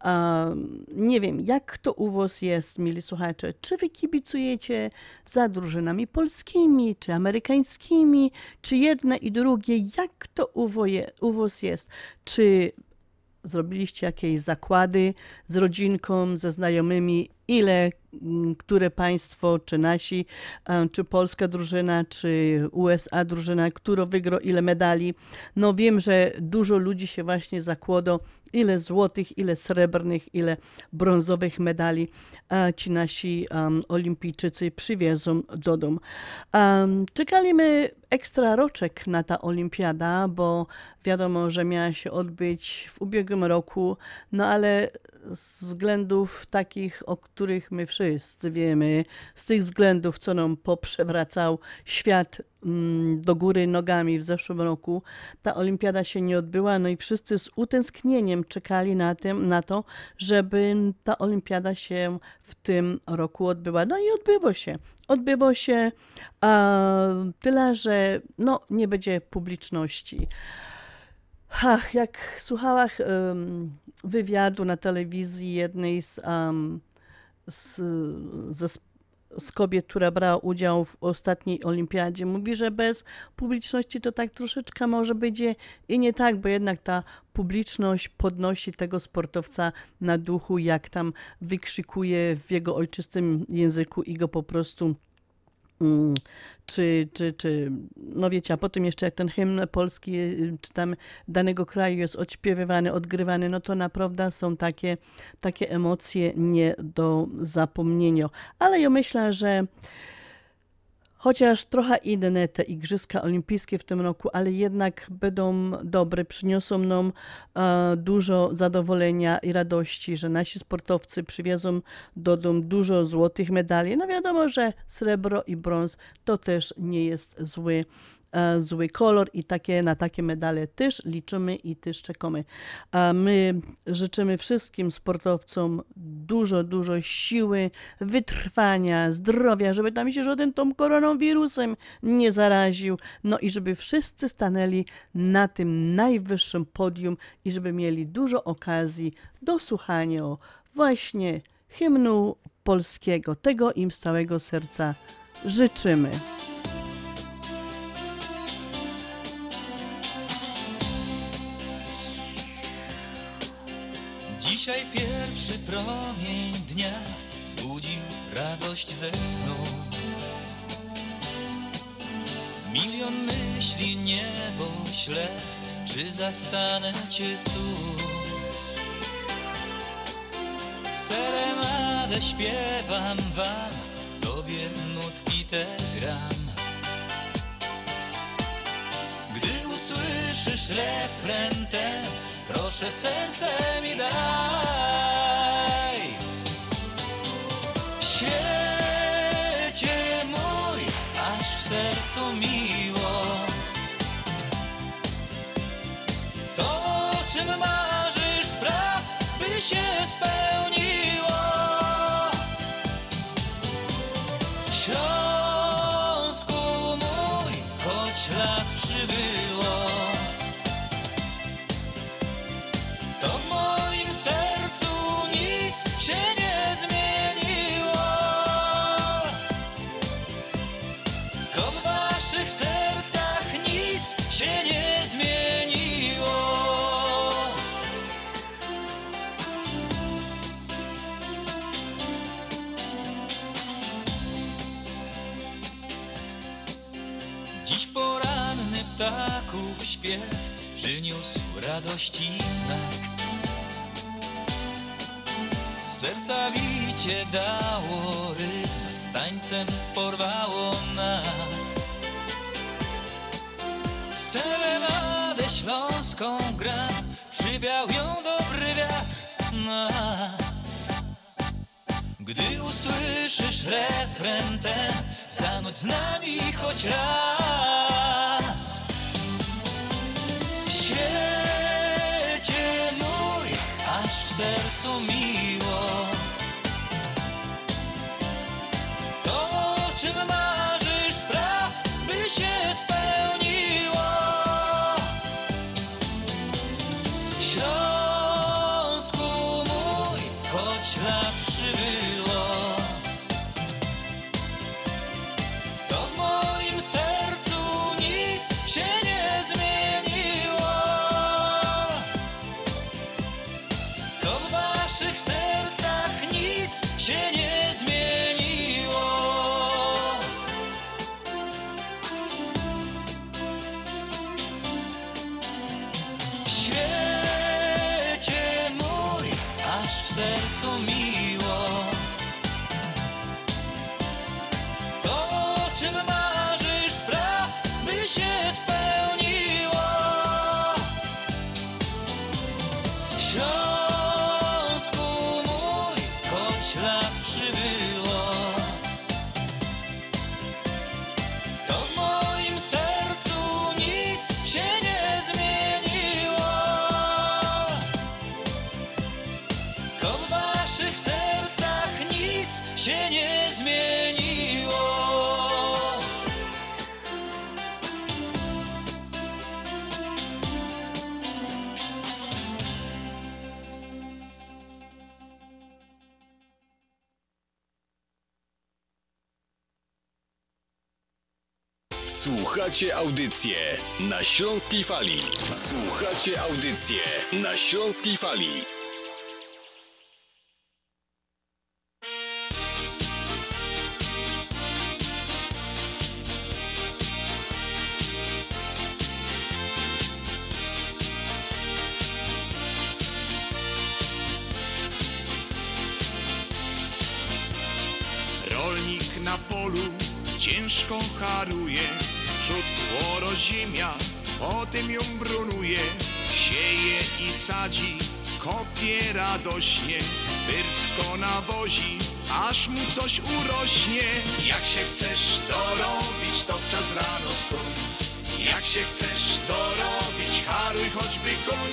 [SPEAKER 2] Nie wiem, jak to u was jest, mili słuchacze? Czy wy kibicujecie za drużynami polskimi, czy amerykańskimi, czy jedne i drugie? Jak to u was jest? Czy zrobiliście jakieś zakłady z rodzinką, ze znajomymi, które państwo, czy nasi, czy polska drużyna, czy USA drużyna, która wygra ile medali. No wiem, że dużo ludzi się właśnie zakłada, ile złotych, ile srebrnych, ile brązowych medali ci nasi olimpijczycy przywiezą do domu. Czekaliśmy ekstra roczek na ta olimpiada, bo wiadomo, że miała się odbyć w ubiegłym roku, no ale z względów takich, o których my wszyscy wiemy, z tych względów, co nam poprzewracał świat do góry nogami w zeszłym roku, ta olimpiada się nie odbyła, no i wszyscy z utęsknieniem czekali na to, żeby ta olimpiada się w tym roku odbyła. No i odbyło się, tyle, że no, nie będzie publiczności. Jak słuchałam wywiadu na telewizji jednej z kobiet, która brała udział w ostatniej olimpiadzie, mówi, że bez publiczności to tak troszeczkę może będzie i nie tak, bo jednak ta publiczność podnosi tego sportowca na duchu, jak tam wykrzykuje w jego ojczystym języku i go po prostu czy no wiecie, a potem jeszcze jak ten hymn polski, czy tam danego kraju jest odśpiewywany, odgrywany, no to naprawdę są takie emocje nie do zapomnienia. Ale ja myślę, że chociaż trochę inne te Igrzyska Olimpijskie w tym roku, ale jednak będą dobre, przyniosą nam dużo zadowolenia i radości, że nasi sportowcy przywiozą do domu dużo złotych medali. No wiadomo, że srebro i brąz to też nie jest zły kolor i na takie medale też liczymy i też czekamy. My życzymy wszystkim sportowcom dużo siły, wytrwania, zdrowia, żeby tam się żaden tą koronawirusem nie zaraził, no i żeby wszyscy stanęli na tym najwyższym podium i żeby mieli dużo okazji do słuchania właśnie hymnu polskiego. Tego im z całego serca życzymy.
[SPEAKER 13] Dzisiaj pierwszy promień dnia zbudził radość ze snu. Milion myśli niebo śle, czy zastanę cię tu. Serenadę śpiewam wam, tobie nutki te gram. Gdy usłyszysz refren ten, proszę serce mi daj. Świecie mój, aż w sercu miło. To, o czym marzysz, spraw, by się spełniło. Dziś poranny ptaków śpiew przyniósł radości znak. Serca wicie dało rytm, tańcem porwało nas. Serenadę śląską gra, przywiał ją dobry wiatr. Gdy usłyszysz refren ten, zanudź z nami choć raz. Świecie mój, aż w sercu miło, to o czym marzysz spraw, by się spełniło. Śląsku mój, choć lat przybyło, to w moim sercu nic się nie zmieniło. To w waszych sercach nic się nie zmieniło. Świecie mój, aż w sercu miło, to o czym marzysz spraw, by się spełniło. Śląsku mój, choć lat przybyło, to w moim sercu nic się nie zmieniło. To w waszych sercach nic się nie zmieniło.
[SPEAKER 4] Słuchacie audycję na Śląskiej Fali. Słuchacie audycję na Śląskiej Fali.
[SPEAKER 3] Rolnik na polu ciężko haruje, wśród oroziemia, potem ją brunuje. Sieje i sadzi, kopie radośnie, pyrsko nawozi, aż mu coś urośnie. Jak się chcesz dorobić, to wczas rano stój. Jak się chcesz dorobić, haruj choćby koń,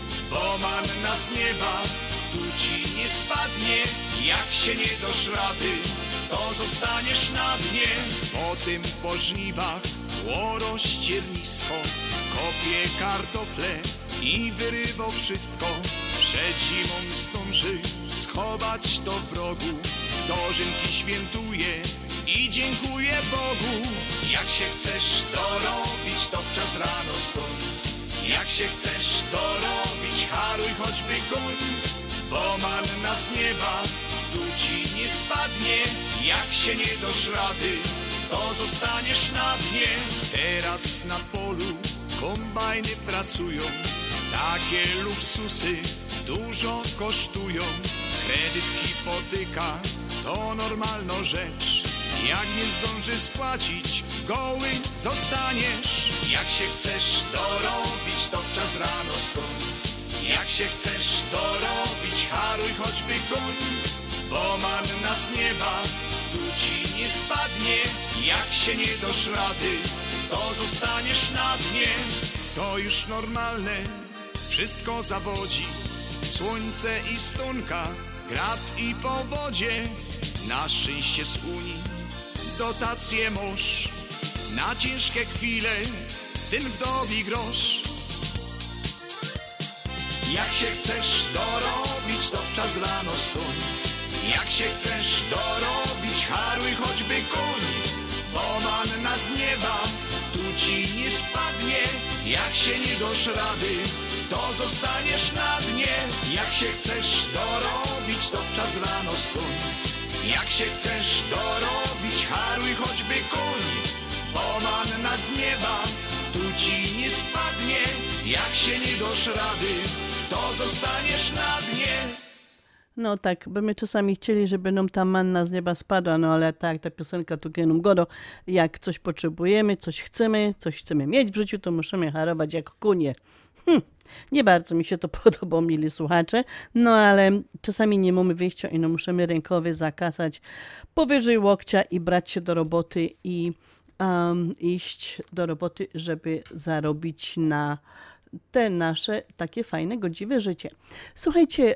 [SPEAKER 3] bo manna z nieba tu ci nie spadnie. Jak się nie dosz rady, to zostaniesz na dnie. Potem po żniwach łoro ściernisko, kopie kartofle i wyrywo wszystko. Przed zimą zdąży schować to w rogu, dożynki świętuje i dziękuję Bogu. Jak się chcesz dorobić, to wczas rano stój. Jak się chcesz dorobić, haruj choćby koń, bo manna z nieba tu ci nie spadnie. Jak się nie dosz rady, to zostaniesz na dnie. Teraz na polu kombajny pracują, takie luksusy dużo kosztują. Kredyt, hipotyka to normalna rzecz, jak nie zdążysz spłacić, goły zostaniesz. Jak się chcesz dorobić, to wczas rano stój. Jak się chcesz dorobić, haruj choćby koń, bo manna z nieba tu ci nie spadnie. Jak się nie dosz rady, to zostaniesz na dnie. To już normalne, wszystko zawodzi, słońce i stonka, grad i powodzie. Na szczęście z Unii dotacje moż, na ciężkie chwile ten wdowi grosz. Jak się chcesz dorobić, to wczas rano stój. Jak się chcesz dorobić, haruj choćby koń, bo manna z nieba tu ci nie spadnie. Jak się nie dosz rady, to zostaniesz na dnie. Jak się chcesz dorobić, to wczas rano stój. Jak się chcesz dorobić, haruj choćby koń, bo manna z nieba trzeba, tu ci nie spadnie. Jak się nie dasz rady, to zostaniesz na dnie.
[SPEAKER 2] No tak, bo my czasami chcieli, żeby nam ta manna z nieba spadła, no ale tak, ta piosenka tu nam godo, jak coś potrzebujemy, coś chcemy mieć w życiu, to musimy harować jak kunie. Nie bardzo mi się to podoba, mili słuchacze, no ale czasami nie mamy wyjścia i no musimy rękowy zakasać powyżej łokcia i brać się do roboty i iść do roboty, żeby zarobić na te nasze takie fajne, godziwe życie. Słuchajcie,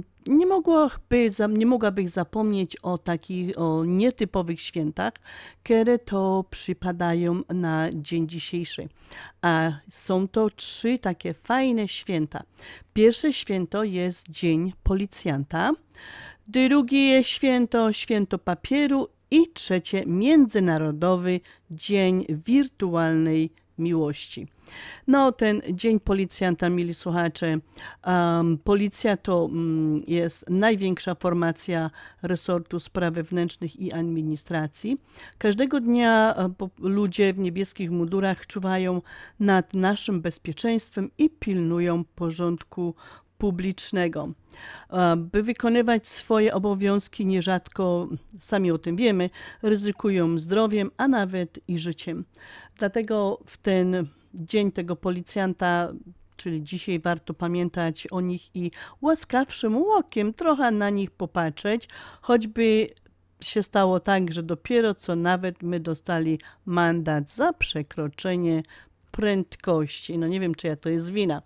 [SPEAKER 2] nie mogłabym zapomnieć o nietypowych świętach, które to przypadają na dzień dzisiejszy. A są to 3 takie fajne święta. Pierwsze święto jest Dzień Policjanta, drugie święto papieru i trzecie Międzynarodowy Dzień Wirtualnej Miłości. No, ten Dzień Policjanta, mili słuchacze, policja to jest największa formacja resortu spraw wewnętrznych i administracji. Każdego dnia ludzie w niebieskich mundurach czuwają nad naszym bezpieczeństwem i pilnują porządku publicznego. By wykonywać swoje obowiązki, nierzadko, sami o tym wiemy, ryzykują zdrowiem, a nawet i życiem. Dlatego w ten dzień tego policjanta, czyli dzisiaj, warto pamiętać o nich i łaskawszym łokiem trochę na nich popatrzeć, choćby się stało tak, że dopiero co nawet my dostali mandat za przekroczenie prędkości. No nie wiem, czyja to jest wina.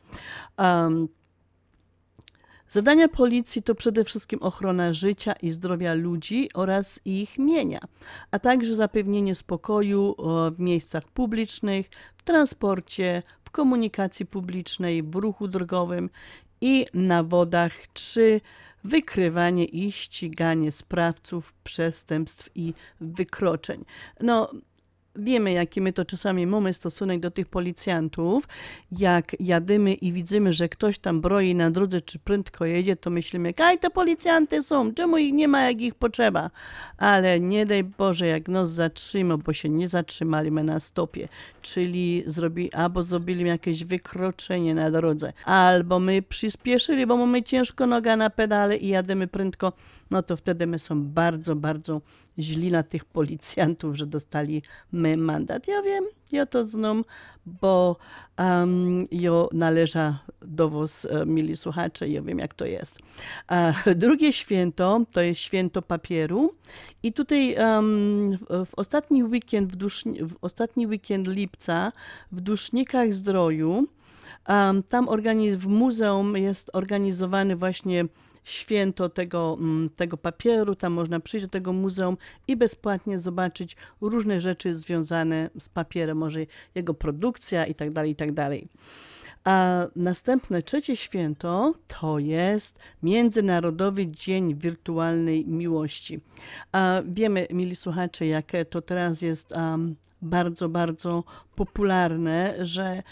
[SPEAKER 2] Zadania policji to przede wszystkim ochrona życia i zdrowia ludzi oraz ich mienia, a także zapewnienie spokoju w miejscach publicznych, w transporcie, w komunikacji publicznej, w ruchu drogowym i na wodach, czy wykrywanie i ściganie sprawców przestępstw i wykroczeń. No, wiemy, jaki my to czasami mamy stosunek do tych policjantów. Jak jadymy i widzimy, że ktoś tam broi na drodze, czy prędko jedzie, to myślimy, kaj to policjanty są, czemu ich nie ma, jak ich potrzeba. Ale nie daj Boże, jak nas zatrzyma, bo się nie zatrzymali my na stopie, czyli albo zrobili jakieś wykroczenie na drodze, albo my przyspieszyli, bo mamy ciężko noga na pedale i jadymy prędko, no to wtedy my są bardzo, bardzo źli na tych policjantów, że dostali my mandat. Ja wiem, ja to znam, bo ja należę do was, mili słuchacze, ja wiem, jak to jest. Drugie święto to jest święto papieru i tutaj w ostatni weekend lipca w Dusznikach Zdroju, tam w muzeum jest organizowany właśnie święto tego papieru. Tam można przyjść do tego muzeum i bezpłatnie zobaczyć różne rzeczy związane z papierem, może jego produkcja i tak dalej, i tak dalej. A następne, trzecie święto to jest Międzynarodowy Dzień Wirtualnej Miłości. Wiemy, mili słuchacze, jakie to teraz jest bardzo, bardzo popularne, że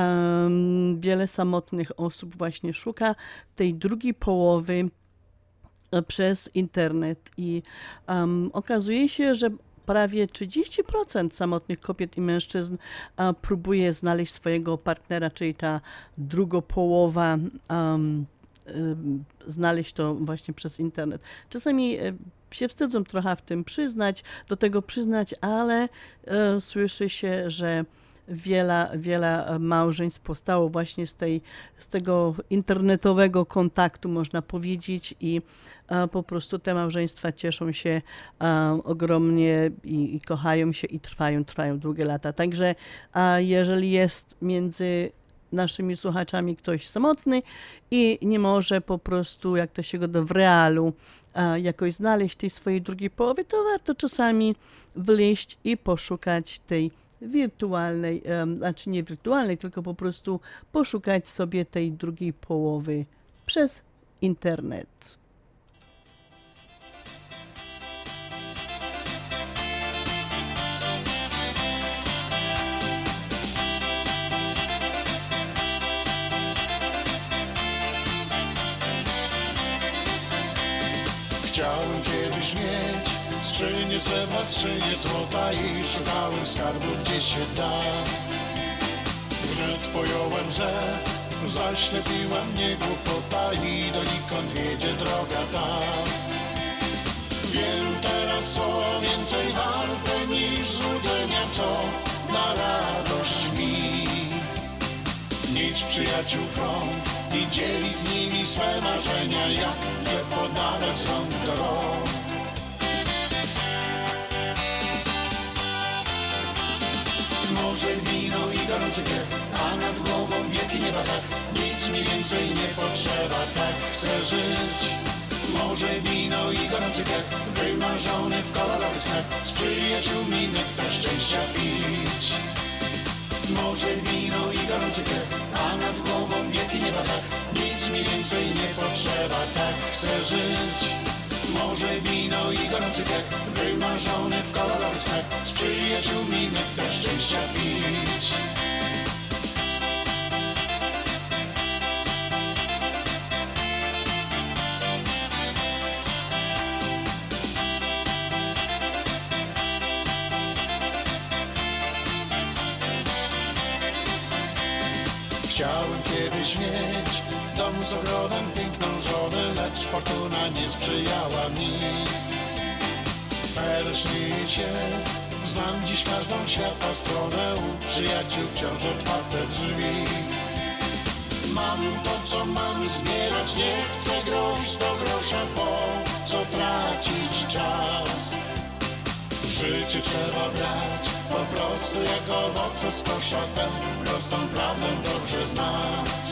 [SPEAKER 2] wiele samotnych osób właśnie szuka tej drugiej połowy przez internet i okazuje się, że prawie 30% samotnych kobiet i mężczyzn próbuje znaleźć swojego partnera, czyli ta druga połowa, znaleźć to właśnie przez internet. Czasami się wstydzą trochę do tego przyznać, ale słyszy się, że wiele małżeństw powstało właśnie z tego internetowego kontaktu, można powiedzieć, i po prostu te małżeństwa cieszą się ogromnie i kochają się i trwają długie lata. Także jeżeli jest między naszymi słuchaczami ktoś samotny i nie może po prostu, jak to się go w realu, jakoś znaleźć tej swojej drugiej połowy, to warto czasami wleźć i poszukać tej wirtualnej, znaczy nie wirtualnej, tylko po prostu poszukać sobie tej drugiej połowy przez internet.
[SPEAKER 22] Chciałem kiedyś mieć skrzynię srebra, skrzynię złota i szukałem skarbu gdzie się da. wnet pojąłem, że zaślepiła mnie głupota i donikąd wiedzie droga ta. Wiem teraz o więcej warte niż złudzenia, co da radość mi. Mieć przyjaciół krąg i dzielić z nimi swe marzenia, jak je podawać z rąk do rąk. Morze, wino i gorący piech, a nad głową wielki nieba tak. Nic mi więcej nie potrzeba, tak chcę żyć. Morze, wino i gorący piech, wymarzony w kolorowych snach, z przyjaciółmi nektar szczęścia pić. Morze, wino i gorący piech, a nad głową wielki nieba tak. Nic mi więcej nie potrzeba, tak chcę żyć. Morze, wino i gorący piech, wymarzony w kolorowych snach, z przyjaciółmi nektar szczęścia pić. Chciałem kiedyś mieć dom z ogrodem, piękną żonę, lecz fortuna nie sprzyjała mi. Ale śmieję się, znam dziś każdą świata stronę, u przyjaciół wciąż otwarte drzwi. Mam to, co mam zbierać, nie chcę grosz do grosza, po co tracić czas? Życie trzeba brać, po prostu jak owoce z kosza, tę prostą prawdę dobrze znać.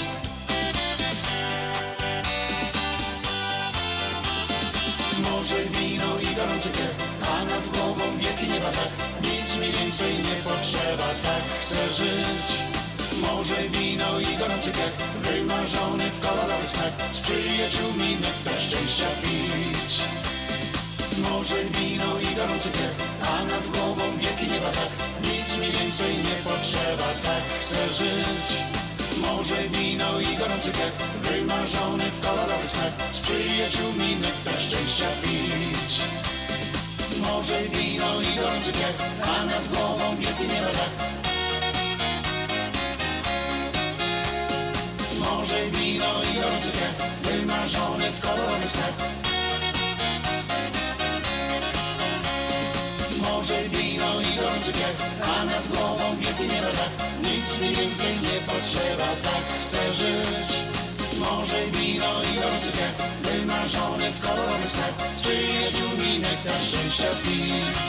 [SPEAKER 22] Morze, wino i gorący piech, a nad głową wielki nieba tak. Nic mi więcej nie potrzeba, tak chcę żyć. Morze, wino i gorący piech, wymarzony w kolorowych snach, z przyjaciółmi nektar szczęścia pić. Morze, wino i gorący piech, a nad głową wielki nieba tak. Nic mi więcej nie potrzeba, tak chcę żyć. Morze, wino i gorący piech, wymarzony w kolorowych snach, z przyjaciółmi nektar szczęścia pić. Morze, wino i gorący piech, a nad głową wielki nieba tak. Morze, wino i gorący piech, wymarzony w kolorowych snach. Morze, wino i gorący piech, a nad głową wielki nieba tak. Nic mi więcej nie potrzeba, tak chcę żyć. Morze, wino i gorący piech, wymarzony w kolorowych snach, z przyjaciółmi nektar szczęścia pić.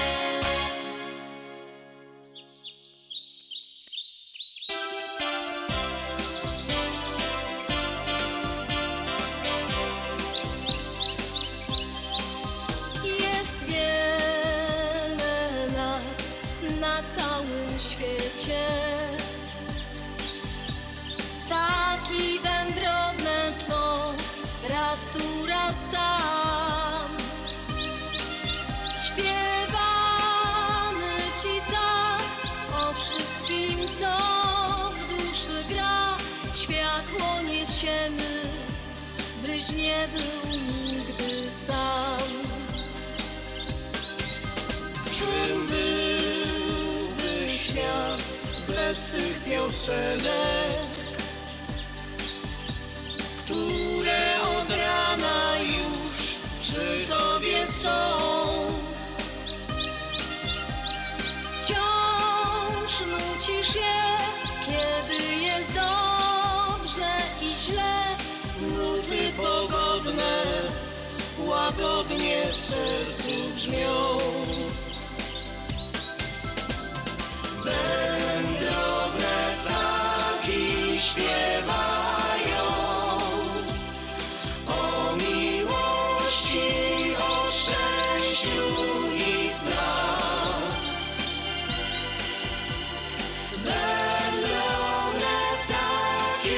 [SPEAKER 1] Taki wędrowny, co raz tu, raz tam. Śpiewamy ci tak o wszystkim, co w duszy gra. Światło niesiemy, byś nie był nigdy sam. Czym byłby świat bez tych piosenek, które od rana już przy tobie są? Wciąż nucisz je, kiedy jest dobrze i źle. Nuty pogodne łagodnie w sercu brzmią. Wędrowne ptaki śpiewają o miłości, o szczęściu i snach. Wędrowne ptaki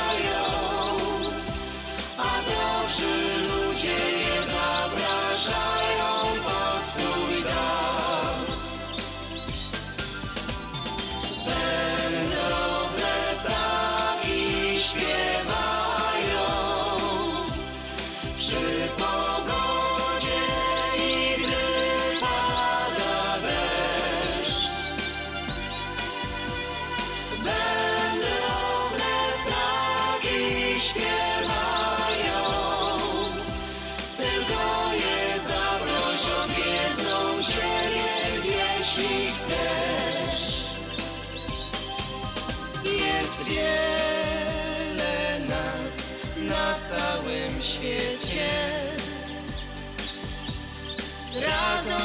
[SPEAKER 1] śpiewają, a dobrzy ludzie je zapraszają.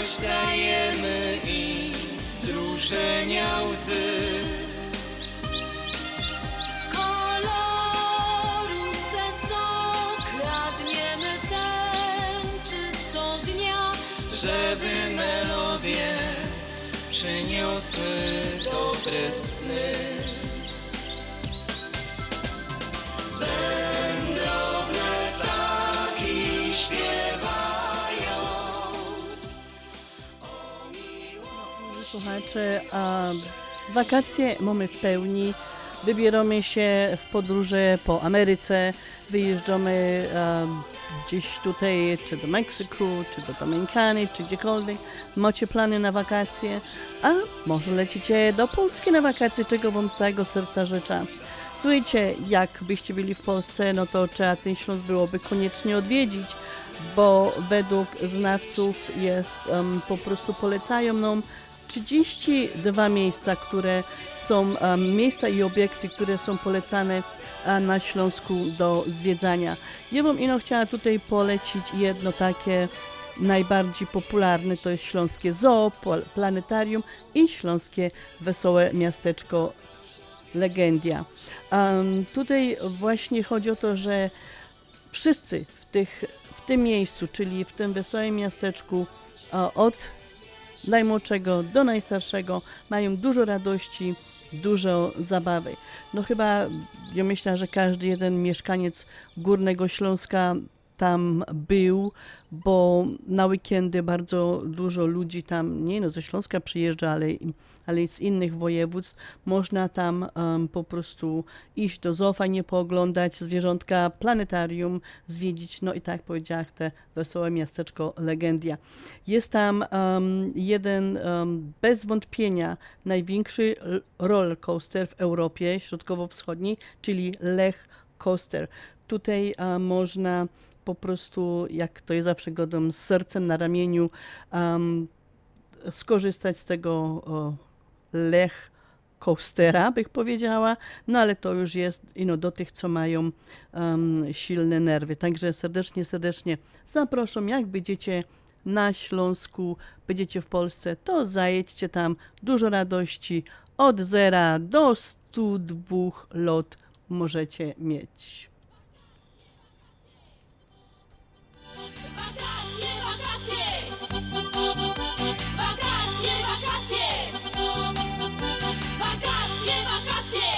[SPEAKER 1] radość dajemy i wzruszenia łzy.
[SPEAKER 10] Kolorów ze sto kradniemy tęczy co dnia,
[SPEAKER 1] Żeby melodie przyniosły dobre sny. Wędrowne ptaki śpiewają.
[SPEAKER 2] Słuchajcie, wakacje mamy w pełni. Wybieramy się w podróże po Ameryce, wyjeżdżamy gdzieś tutaj, czy do Meksyku, czy do Dominikany, czy gdziekolwiek. Macie plany na wakacje, a może lecicie do Polski na wakacje, czego wam z całego serca życzę. Słuchajcie, jak byście byli w Polsce, no to trzeba ten Śląsk byłoby koniecznie odwiedzić, bo według znawców jest, po prostu polecają nam 32 miejsca, które są, miejsca i obiekty, które są polecane na Śląsku do zwiedzania. Ja bym chciała tutaj polecić jedno takie najbardziej popularne, to jest Śląskie Zoo, Planetarium i Śląskie Wesołe Miasteczko Legendia. Tutaj właśnie chodzi o to, że wszyscy w tym miejscu, czyli w tym wesołym miasteczku, od najmłodszego do najstarszego, mają dużo radości, dużo zabawy. No chyba, ja myślę, że każdy jeden mieszkaniec Górnego Śląska tam był, bo na weekendy bardzo dużo ludzi tam, nie ze Śląska przyjeżdża, ale z innych województw. Można tam po prostu iść do zoo, fajnie pooglądać zwierzątka, planetarium zwiedzić, no i tak powiedziałam, te wesołe miasteczko Legendia. Jest tam jeden bez wątpienia największy roller coaster w Europie Środkowo-Wschodniej, czyli Lech Coaster. Tutaj można po prostu, jak to ja zawsze godam, z sercem na ramieniu, skorzystać z tego Lech Coastera, bych powiedziała, no ale to już jest do tych, co mają silne nerwy. Także serdecznie zapraszam, jak będziecie na Śląsku, będziecie w Polsce, to zajedźcie tam, dużo radości, od 0 do 102 lot możecie mieć.
[SPEAKER 10] Wakacje, wakacje! Wakacje, wakacje! Wakacje, wakacje!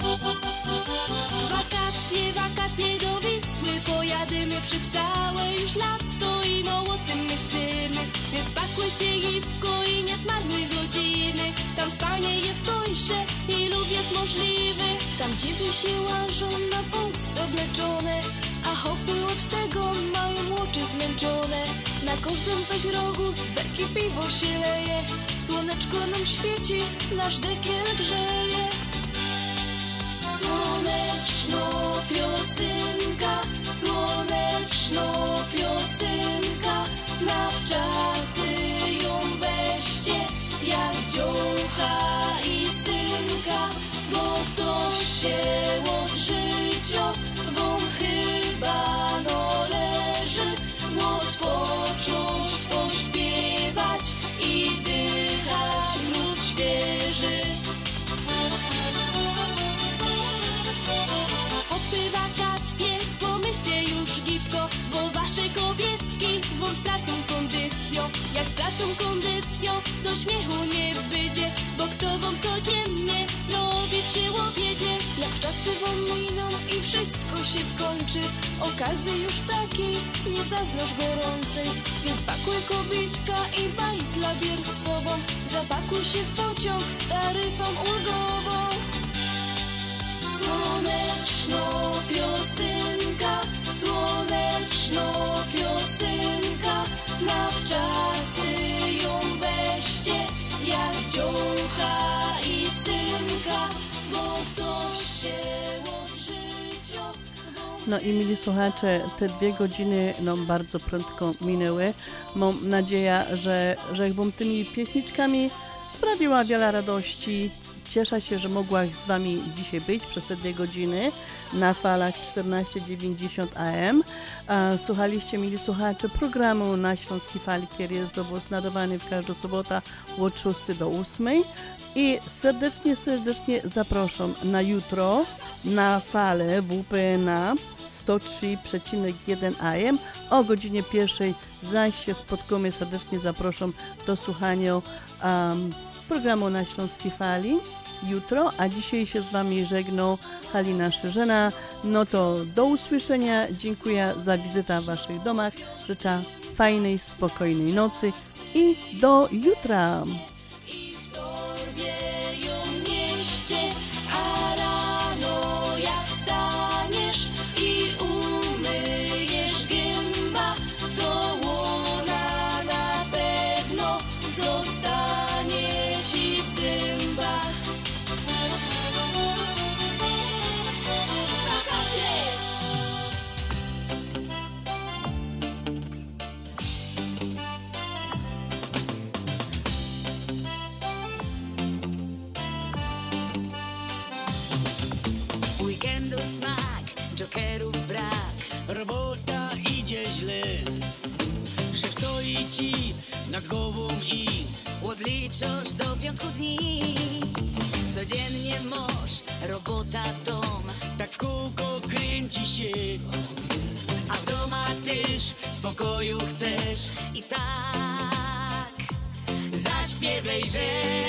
[SPEAKER 10] Wakacje, wakacje do Wisły pojadymy przez całe już lato i o tym myślimy. Więc pakuj się gibko i nie zmarnuj godziny. Tam spanie jest tańsze i lód jest możliwy. Tam dziwy się łażą na pół obleczone, a hopy od tego mają oczy zmęczone. Na każdym zaś rogu z beki piwo się leje. Słoneczko nam świeci, nasz dekiel grzeje. Słoneczno piosynka, słoneczno piosynka, na wczasy ją weźcie, jak dziołcha i synka, bo coś się od życia wam chyba należy, odpocząć, pośpiewać i dychać lód świeży. Hopy wakacje, pomyślcie już gibko, bo wasze kobietki wam stracą kondycją. Jak stracą kondycją, do śmiechu nie będzie, bo kto wam codziennie zrobi przy obiedzie. Jak czasy wam miną i wszystko się skończy, okazy już takiej nie zaznasz gorącej. Więc pakuj kobitka i bajtla bier z sobą, zapakuj się w pociąg z taryfą ulgową. Słoneczno piosynka, słoneczno piosynka, na wczasy ją weźcie, jak dziołcha i synka, bo coś się od życia.
[SPEAKER 2] No i mili słuchacze, te 2 godziny nam bardzo prędko minęły. Mam nadzieję, że wam tymi pieśniczkami sprawiła wiele radości, Cieszę się, że mogła z Wami dzisiaj być przez te 2 godziny na falach 1490 AM. Słuchaliście, mili słuchacze, programu na Śląskiej Fali, który jest do Was nadawany w każdą sobotę od 6 do 8. I serdecznie zapraszam na jutro na falę WPNA 103,1 AM o godzinie 1. Zaś się spotkamy. Serdecznie zapraszam do słuchania programu na Śląskiej Fali jutro, a dzisiaj się z Wami żegną Halina Szerzena. No to do usłyszenia. Dziękuję za wizytę w Waszych domach. Życzę fajnej, spokojnej nocy i do jutra.
[SPEAKER 10] A rano jak wstaniesz i umyjesz gęba, to łona na pewno zostanie ci w zębach.
[SPEAKER 1] Weekendu smak, jokerów brak, robota idzie źle. Szef stoi ci nad głową i odliczasz do 5 dni. Codziennie masz robota, dom, tak w kółko kręci się. A w doma też spokoju chcesz i tak zaśpiewaj, że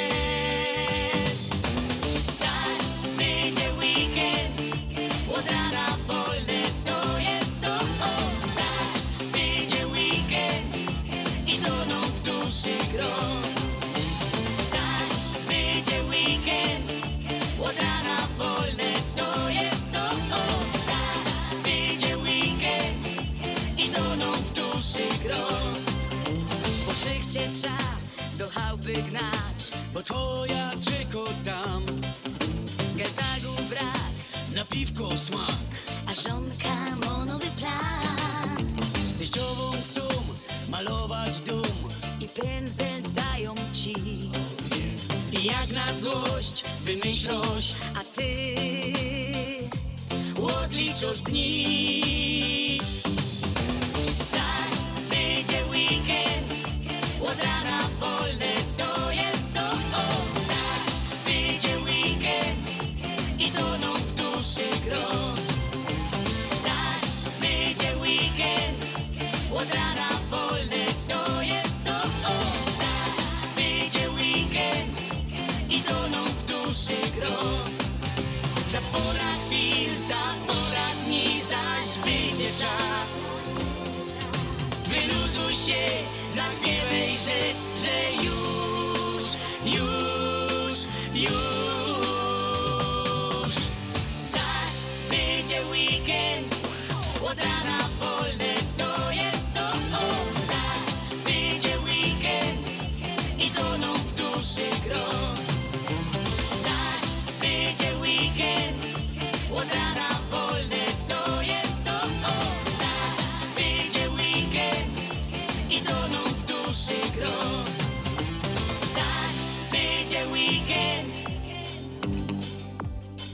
[SPEAKER 1] zaś będzie weekend, od rana wolne to jest to. Zaś będzie weekend i toną w duszy gro. Zaś będzie weekend, od rana wolne to jest to. Zaś będzie weekend i toną w duszy gro. Po szychcie trzeba do chałupy gnać, bo twoja czeko tam. Geltagu brak, na piwko smak, a żonka ma nowy plan. Z teściową chcą malować dom i pędzel dają ci. I jak na złość wymyślasz, a ty odliczasz dni. Zaś będzie weekend, od rana wolne to jest to. Zaś będzie weekend i toną w duszy gro. Zaś będzie weekend, od rana wolne to jest to. Zaś będzie weekend i toną w duszy gro. Za pora chwil, za pora dni, zaś będzie czas. Wyluzuj się, zaśpiewaj, że już. Zaś będzie weekend, od rana wolne